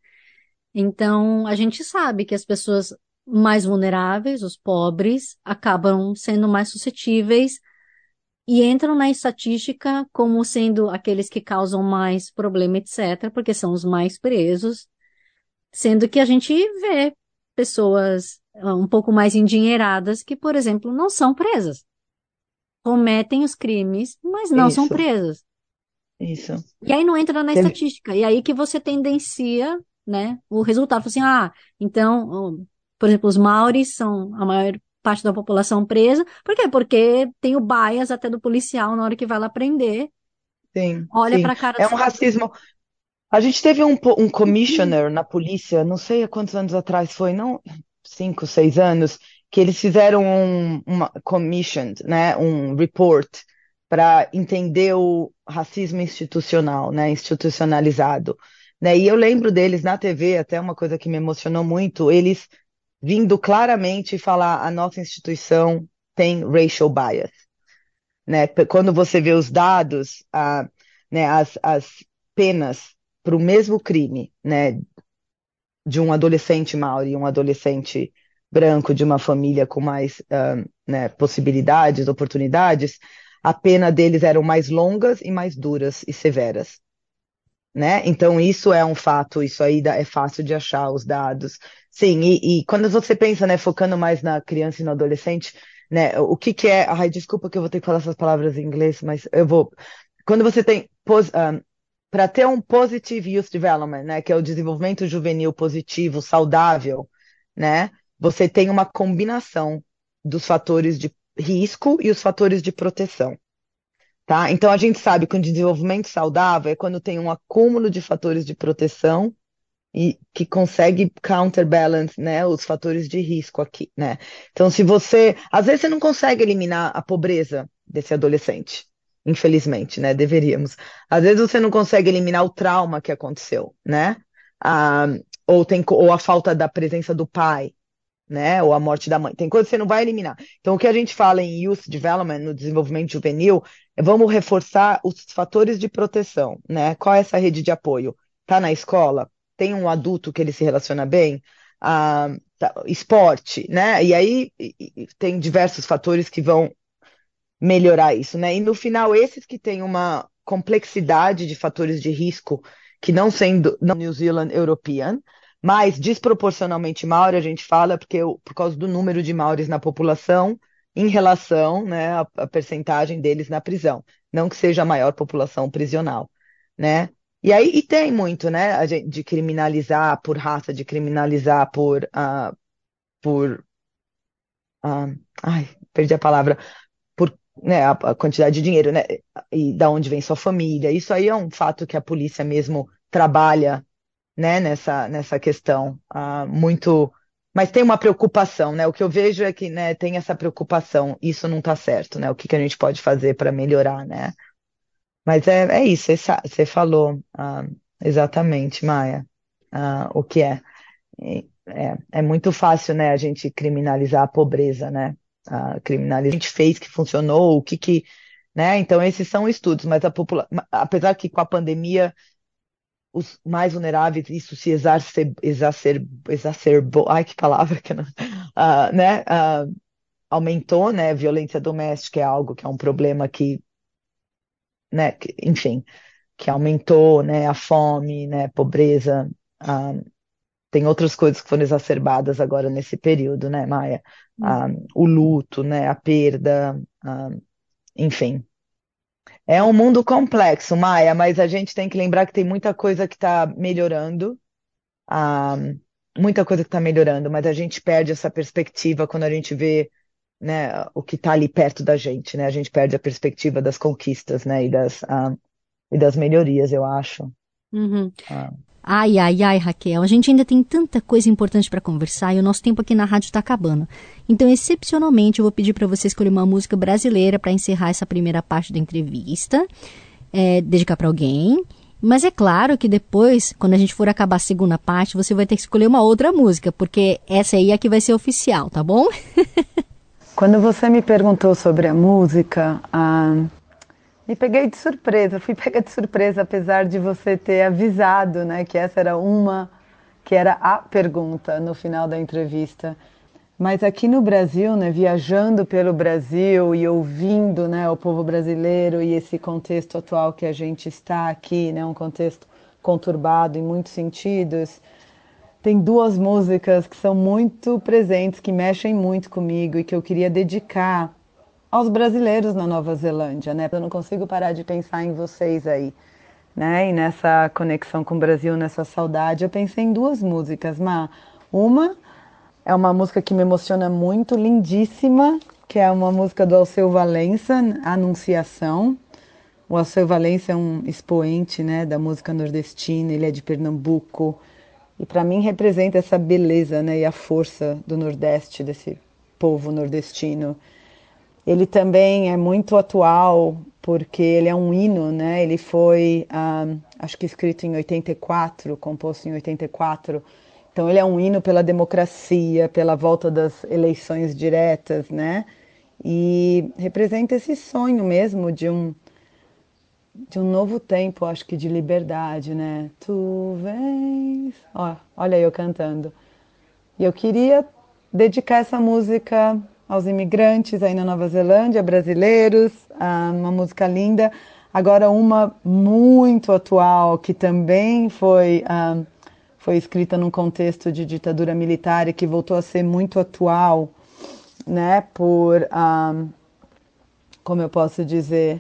Então, a gente sabe que as pessoas mais vulneráveis, os pobres, acabam sendo mais suscetíveis e entram na estatística como sendo aqueles que causam mais problema, etcétera, porque são os mais presos, sendo que a gente vê pessoas ah, um pouco mais endinheiradas que, por exemplo, não são presas, cometem os crimes, mas não são Isso, presas. isso. E aí não entra na Teve- estatística. E aí que você tendencia, né, o resultado. Fala assim, ah, então, ó, por exemplo, os maoris são a maior parte da população presa. Por quê? Porque tem o bias até do policial na hora que vai lá prender, Sim, olha sim. pra cara É dos um caras. racismo. A gente teve um, po- um commissioner na polícia, não sei há quantos anos atrás foi, não, cinco, seis anos, que eles fizeram um, uma commissioned, né, um report para entender o racismo institucional, né, institucionalizado, né, e eu lembro deles na T V, até uma coisa que me emocionou muito, eles vindo claramente falar a nossa instituição tem racial bias, né, P- quando você vê os dados, a, né, as, as penas para o mesmo crime, né, de um adolescente maori e um adolescente branco de uma família com mais, ah, né, possibilidades, oportunidades, a pena deles eram mais longas e mais duras e severas, né? Então isso é um fato, isso aí dá- é fácil de achar os dados. Sim, e, e quando você pensa, né, focando mais na criança e no adolescente, né, o que que é, ai, desculpa que eu vou ter que falar essas palavras em inglês, mas eu vou. Quando você tem para ter um positive youth development, né, que é o desenvolvimento juvenil positivo, saudável, né, você tem uma combinação dos fatores de risco e os fatores de proteção. Tá? Então a gente sabe que o desenvolvimento saudável é quando tem um acúmulo de fatores de proteção e que consegue counterbalance, né, os fatores de risco aqui, né? Então se você, às vezes você não consegue eliminar a pobreza desse adolescente, infelizmente, né? Deveríamos. Às vezes você não consegue eliminar o trauma que aconteceu, né? Ah, ou, tem, ou a falta da presença do pai, né? Ou a morte da mãe. Tem coisas que você não vai eliminar. Então, o que a gente fala em Youth Development, no desenvolvimento juvenil, é vamos reforçar os fatores de proteção, né? Qual é essa rede de apoio? Tá na escola? Tem um adulto que ele se relaciona bem? Ah, tá, esporte, né? E aí e, e, tem diversos fatores que vão melhorar isso, né? E no final, esses que têm uma complexidade de fatores de risco, que não sendo não New Zealand European, mas desproporcionalmente Maori, a gente fala, porque o- por causa do número de Maoris na população, em relação, né, à, à percentagem deles na prisão. Não que seja a maior população prisional, né? E aí, e tem muito, né, a gente, de criminalizar por raça, de criminalizar por, ah, por, ah, ai, perdi a palavra, por, né, a, a quantidade de dinheiro, né, e da onde vem sua família. Isso aí é um fato que a polícia mesmo trabalha, né, nessa, nessa questão, ah, muito. Mas tem uma preocupação, né? O que eu vejo é que, né, tem essa preocupação. Isso não está certo, né? O que que a gente pode fazer para melhorar, né? Mas é, é isso. Você sa- você falou, ah, exatamente, Maia, ah, o que é. E É, é muito fácil, né, a gente criminalizar a pobreza, né? A criminalizar o que a gente fez que funcionou, o que que, né? Então esses são estudos, mas a população, apesar que com a pandemia os mais vulneráveis isso se exacer, exacer, exacerbou, ai que palavra que eu não, ah, né? Ah, aumentou, né? Violência doméstica é algo que é um problema que, né? Que, enfim, que aumentou, né? A fome, né? Pobreza. ah, Tem outras coisas que foram exacerbadas agora nesse período, né, Maia? Ah, o luto, né, a perda, ah, enfim. É um mundo complexo, Maia, mas a gente tem que lembrar que tem muita coisa que está melhorando, ah, muita coisa que está melhorando, mas a gente perde essa perspectiva quando a gente vê, né, o que está ali perto da gente, né? A gente perde a perspectiva das conquistas, né, e das, ah, e das melhorias, eu acho. Uhum. Ah. Ai, ai, ai, Raquel, a gente ainda tem tanta coisa importante para conversar e o nosso tempo aqui na rádio está acabando. Então, excepcionalmente, eu vou pedir para você escolher uma música brasileira para encerrar essa primeira parte da entrevista, é, dedicar para alguém. Mas é claro que depois, quando a gente for acabar a segunda parte, você vai ter que escolher uma outra música, porque essa aí é que vai ser oficial, tá bom? Quando você me perguntou sobre a música, ah, me peguei de surpresa, fui pega de surpresa, apesar de você ter avisado, né, que essa era uma, que era a pergunta no final da entrevista. Mas aqui no Brasil, né, viajando pelo Brasil e ouvindo, né, o povo brasileiro e esse contexto atual que a gente está aqui, né, um contexto conturbado em muitos sentidos, tem duas músicas que são muito presentes, que mexem muito comigo e que eu queria dedicar aos brasileiros na Nova Zelândia, né? Eu não consigo parar de pensar em vocês aí, né? E nessa conexão com o Brasil, nessa saudade, eu pensei em duas músicas, Ma. Uma é uma música que me emociona muito, lindíssima, que é uma música do Alceu Valença, Anunciação. O Alceu Valença é um expoente, né, da música nordestina, ele é de Pernambuco. E para mim representa essa beleza, né, e a força do Nordeste, desse povo nordestino. Ele também é muito atual, porque ele é um hino, né? Ele foi, um, acho que escrito em oitenta e quatro, composto em oitenta e quatro. Então ele é um hino pela democracia, pela volta das eleições diretas, né? E representa esse sonho mesmo de um de um novo tempo, acho que de liberdade, né? Tu vens... Ó, olha eu cantando. E eu queria dedicar essa música aos imigrantes aí na Nova Zelândia, brasileiros, uma música linda. Agora uma muito atual, que também foi, foi escrita num contexto de ditadura militar e que voltou a ser muito atual, né? Por, como eu posso dizer...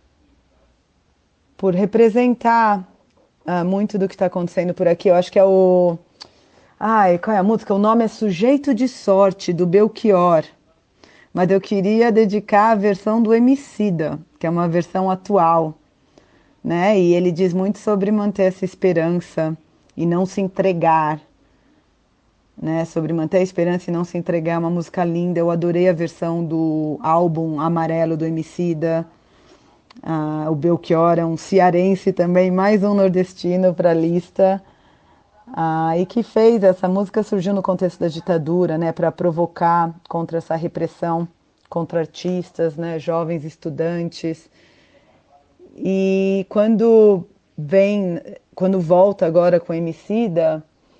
por representar uh, muito do que está acontecendo por aqui. Eu acho que é o... Ai, qual é a música? O nome é Sujeito de Sorte, do Belchior. Mas eu queria dedicar a versão do Emicida, que é uma versão atual, né? E ele diz muito sobre manter essa esperança e não se entregar, né? Sobre manter a esperança e não se entregar. É uma música linda. Eu adorei a versão do álbum Amarelo do Emicida. Ah, o Belchior é um cearense também, mais um nordestino para a lista. Ah, e que fez, essa música surgiu no contexto da ditadura, né, para provocar contra essa repressão, contra artistas, né, jovens estudantes. E quando vem, quando volta agora com Emicida,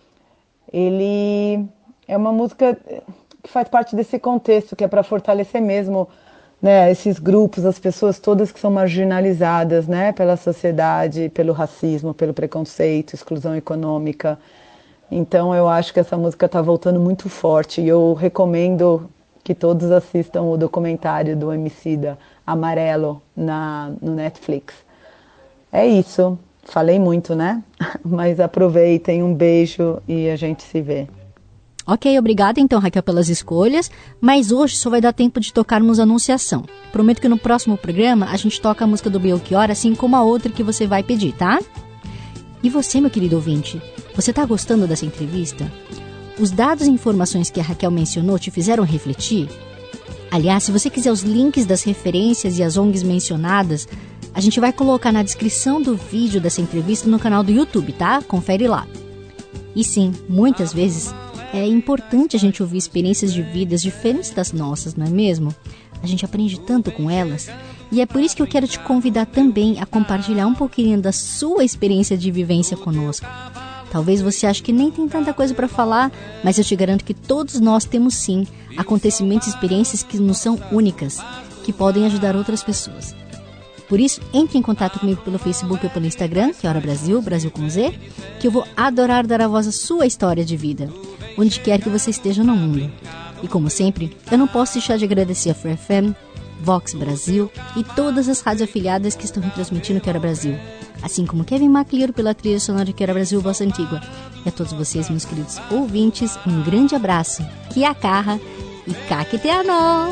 ele é uma música que faz parte desse contexto, que é para fortalecer mesmo, né, esses grupos, as pessoas todas que são marginalizadas, né, pela sociedade, pelo racismo, pelo preconceito, exclusão econômica. Então eu acho que essa música está voltando muito forte e eu recomendo que todos assistam o documentário do Emicida, Amarelo, na, no Netflix. É isso, falei muito, né? Mas aproveitem, um beijo e a gente se vê. Ok, obrigada então, Raquel, pelas escolhas, mas hoje só vai dar tempo de tocarmos Anunciação. Prometo que no próximo programa a gente toca a música do Belchior, assim como a outra que você vai pedir, tá? E você, meu querido ouvinte, você tá gostando dessa entrevista? Os dados e informações que a Raquel mencionou te fizeram refletir? Aliás, se você quiser os links das referências e as O N Gs mencionadas, a gente vai colocar na descrição do vídeo dessa entrevista no canal do YouTube, tá? Confere lá. E sim, muitas vezes é importante a gente ouvir experiências de vidas diferentes das nossas, não é mesmo? A gente aprende tanto com elas. E é por isso que eu quero te convidar também a compartilhar um pouquinho da sua experiência de vivência conosco. Talvez você ache que nem tem tanta coisa para falar, mas eu te garanto que todos nós temos sim acontecimentos e experiências que nos são únicas, que podem ajudar outras pessoas. Por isso, entre em contato comigo pelo Facebook ou pelo Instagram, que é Hora Brasil, Brasil com Z, que eu vou adorar dar a voz à sua história de vida, onde quer que você esteja no mundo. E como sempre, eu não posso deixar de agradecer a Free F M, Vox Brasil e todas as rádios afiliadas que estão retransmitindo Que Hora Brasil, assim como Kevin MacLeod pela trilha sonora de Que Hora Brasil, Voz Antigua. E a todos vocês, meus queridos ouvintes, um grande abraço, que a carra e caqueteano!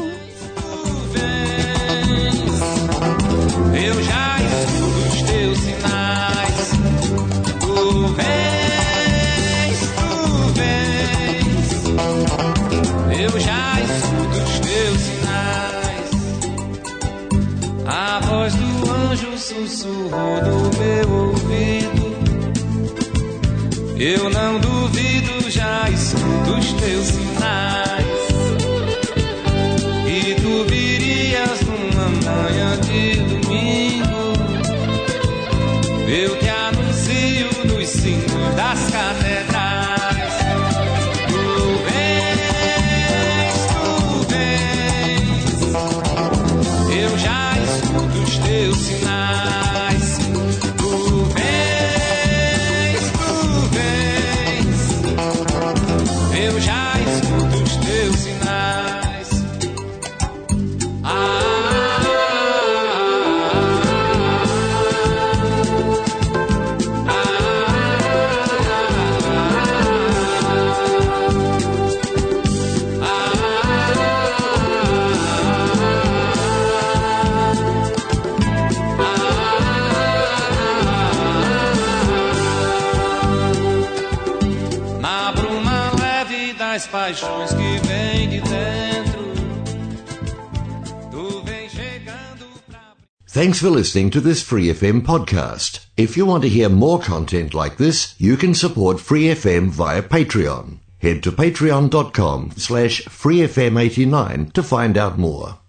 Eu já escuto os teus sinais. Tu vens, tu vens. Eu já escuto os teus sinais. A voz do anjo sussurrou no meu ouvido. Eu não duvido, já escuto os teus sinais. E tu virias numa manhã de domingo. Eu te anuncio nos sinos das catedrais. Tu vens, tu vens. Eu já escuto os teus sinais. Tu vens, tu vens. Eu já escuto os teus sinais. As paixões que vêm de dentro, tu vem chegando pra... Thanks for listening to this Free F M podcast. If you want to hear more content like this, you can support Free F M via Patreon. Head to patreon dot com slash free f m eighty nine to find out more.